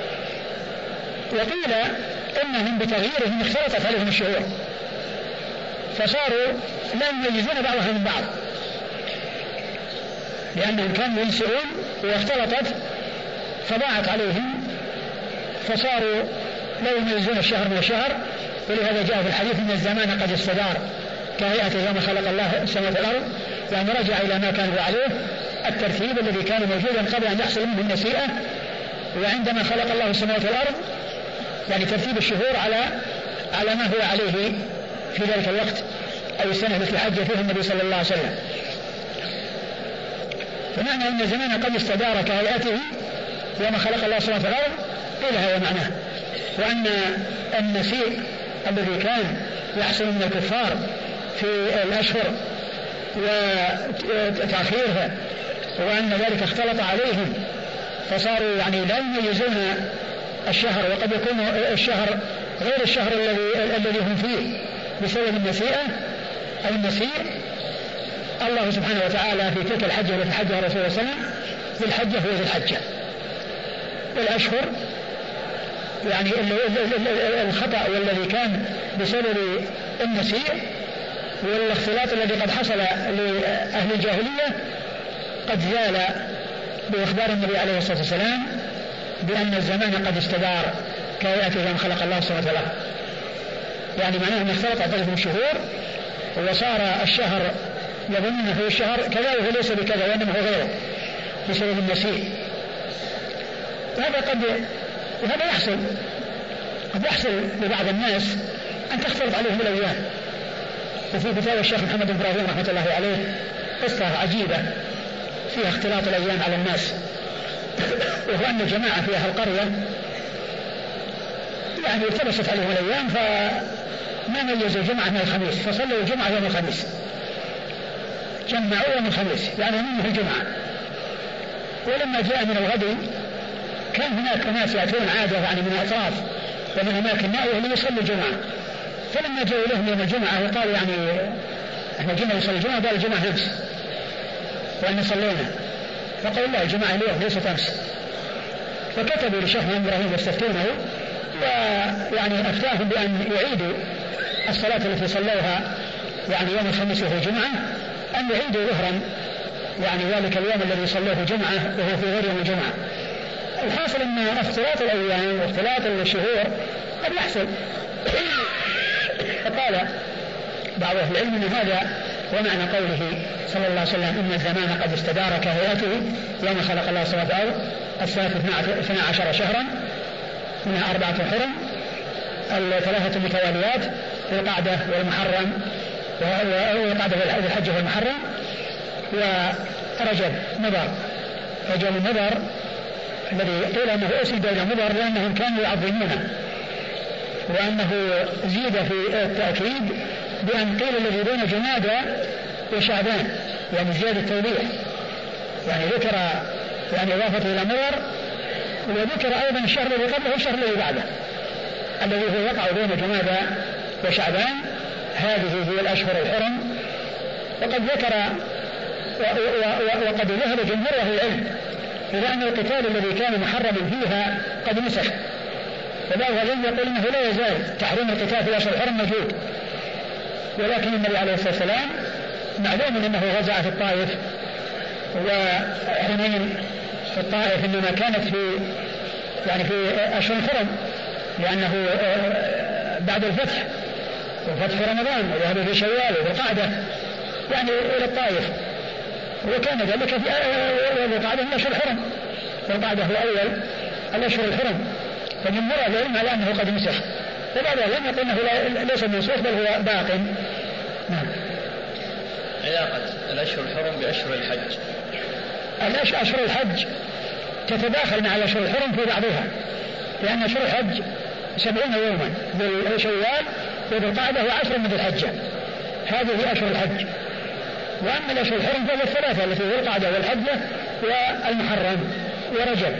وقيل إنهم بتغييرهم اختلطت عليهم الشهور فصاروا لا يميزون بعضها من بعض، لأنهم كانوا ينسئون واختلطت فضاعت عليهم فصاروا لا يميزون الشهر من الشهر. ولهذا جاء في الحديث إن الزمان قد استدار كهيئة يوم خلق الله السماوات والأرض، يعني رجع إلى ما كان عليه الترتيب الذي كان موجودا قبل أن يحصل منه النسيئة، وعندما خلق الله السماوات والأرض يعني ترتيب الشهور على ما هو عليه في ذلك الوقت أو السنة التي حج فيها النبي صلى الله عليه وسلم. فمعنى أن الزمان قد استدار كهيئته يوم خلق الله السماوات والأرض قيل هذا معناه، وأن النسيء الذي كان يحصل من الكفار في الأشهر وتأخيرها وأن ذلك اختلط عليهم فصاروا يعني لا يميزون الشهر، وقد يكون الشهر غير الشهر الذي هم فيه بسبب النسيئة أو النسيء. الله سبحانه وتعالى في تلك الحجة التي حجها رسول الله صلى الله عليه وسلم ذي الحجة هو ذي الحجة، والأشهر يعني الخطأ والذي كان بسبب النسيء والاختلاط الذي قد حصل لأهل الجاهلية قد زال بإخبار النبي عليه الصلاة والسلام بأن الزمان قد استدار كهيئته يوم خلق الله السماوات والأرض، يعني معناه أن اختلط عليهم الشهور وصار الشهر يظنونه هو الشهر كذا وهو ليس بكذا وإنما هو غيره بسبب النسيء. وهذا قد يحصل لبعض الناس أن تختلط عليهم الأيام. وفي فتاوى الشيخ محمد إبراهيم رحمة الله عليه قصة عجيبة فيها اختلاط الأيام على الناس، وهو أن جماعة في أهل القرية يعني التبست عليهم الأيام فما ميزوا الجمعة من الخميس، فصلوا الجمعة يوم الخميس، جمعوا يوم الخميس يعني منه الجمعة. ولما جاء من الغد كان هناك ناس يأتون عادة يعني من أطراف ومن أماكن نائية ليصلوا الجمعة، فلما جاءوا لهم يوم الجمعة وقالوا يعني احنا جينا نصلي الجمعة، قال الجمعة أمس وأن صلينا، فقالوا الله الجمعة اليوم ليست أمس. فكتبوا للشيخ محمد إبراهيم واستفتونه، ويعني أفتاهم بأن يعيدوا الصلاة التي صلوها يعني يوم الخميس وهو جمعة، أن يعيدوا ظهرا يعني ذلك اليوم الذي صلوه جمعة وهو في غير يوم الجمعة. الحاصل أن اختلاط الأيام واختلاط الشهور قد يحصل. فقال بعض أهل العلم أن هذا ومعنى قوله صلى الله عليه وسلم إن الزمان قد استدار كهيئته يوم خلق الله السماوات والأرض السنة 12 شهرا منها 4 حرم 3 متواليات ذو القعدة والمحرم والقعدة والحج والمحرم ورجب مضر. رجل مضر الذي قيل أنه أسد إلى مضر لأنهم كانوا يعظمونه، وأنه زيد في التأكيد بأن قيل الذي بين جمادى وشعبان، يعني زيادة التوضيح، يعني ذكر يعني إضافة إلى مضر، وذكر أيضا الشهر الذي قبله والشهر الذي بعده الذي هو يقع بين جمادى وشعبان. هذه هي الأشهر الحرم. وقد ذكر وقد ذهب جمهور أهل العلم إلى أن القتال الذي كان محرما فيها قد نسخ، وبعض العلم يقول إنه لا يزال تحريم القتال في الأشهر الحرم موجود، ولكن النبي عليه الصلاة والسلام معلوم أنه غزا في الطائف، وحنين في الطائف إنما كانت في يعني في أشهر الحرم لأنه بعد الفتح وفتح رمضان وذهب في شوال وفي القعدة يعني إلى الطائف، وكان ذلك في القعدة من أشهر الحرم، والقعدة هو أول الأشهر الحرم. فجمهور العلم على أنه قد مسح، وبعض العلم يقول أنه ليس منسوخ بل هو باق. نعم. علاقة الأشهر الحرم بأشهر الحج. أشهر الحج تتداخل مع الأشهر الحرم في بعضها، لأن أشهر الحج 70 يوما بالشوال وذي القعدة و10 من ذي الحجة، هذه أشهر الحج. وأما الأشهر الحرم فهي الثلاثة التي هي القعدة والحجة والمحرم ورجب.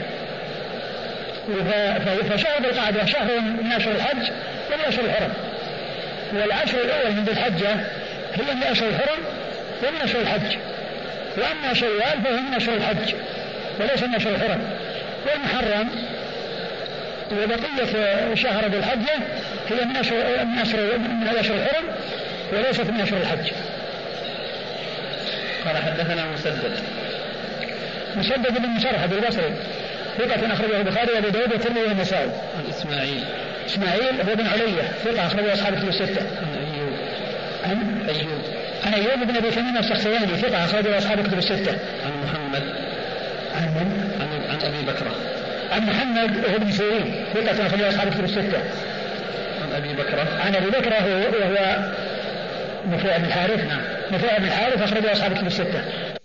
فشهر ذي القعدة شهر من أشهر الحج ومن أشهر الحرم، والعشر الأول من ذي الحجة هي من أشهر الحرم ومن أشهر الحج، وأما شوال فهو من أشهر الحج وليس من أشهر الحرم. والمحرم وبقية شهر ذي الحجة هي من أشهر الحرم وليست من أشهر الحج. قال حدثنا مسدد بن مسرهد البصري ثقة أخرجه البخاري وأبو داود والترمذي والنسائي. عن إسماعيل هو بن علية ثقة أخرجه أصحاب الكتب الستة. عن أيوب بن أبي تميم السختياني ثقة أخرجه أصحاب الكتب الستة. عن محمد عن أبي بكرة عن محمد بن سيرين ثقة أخرجه أصحاب الكتب الستة. عن أبي بكرة وهو نفيع بن الحارث. نفيع بن الحارث أخرجه أصحاب الكتب الستة.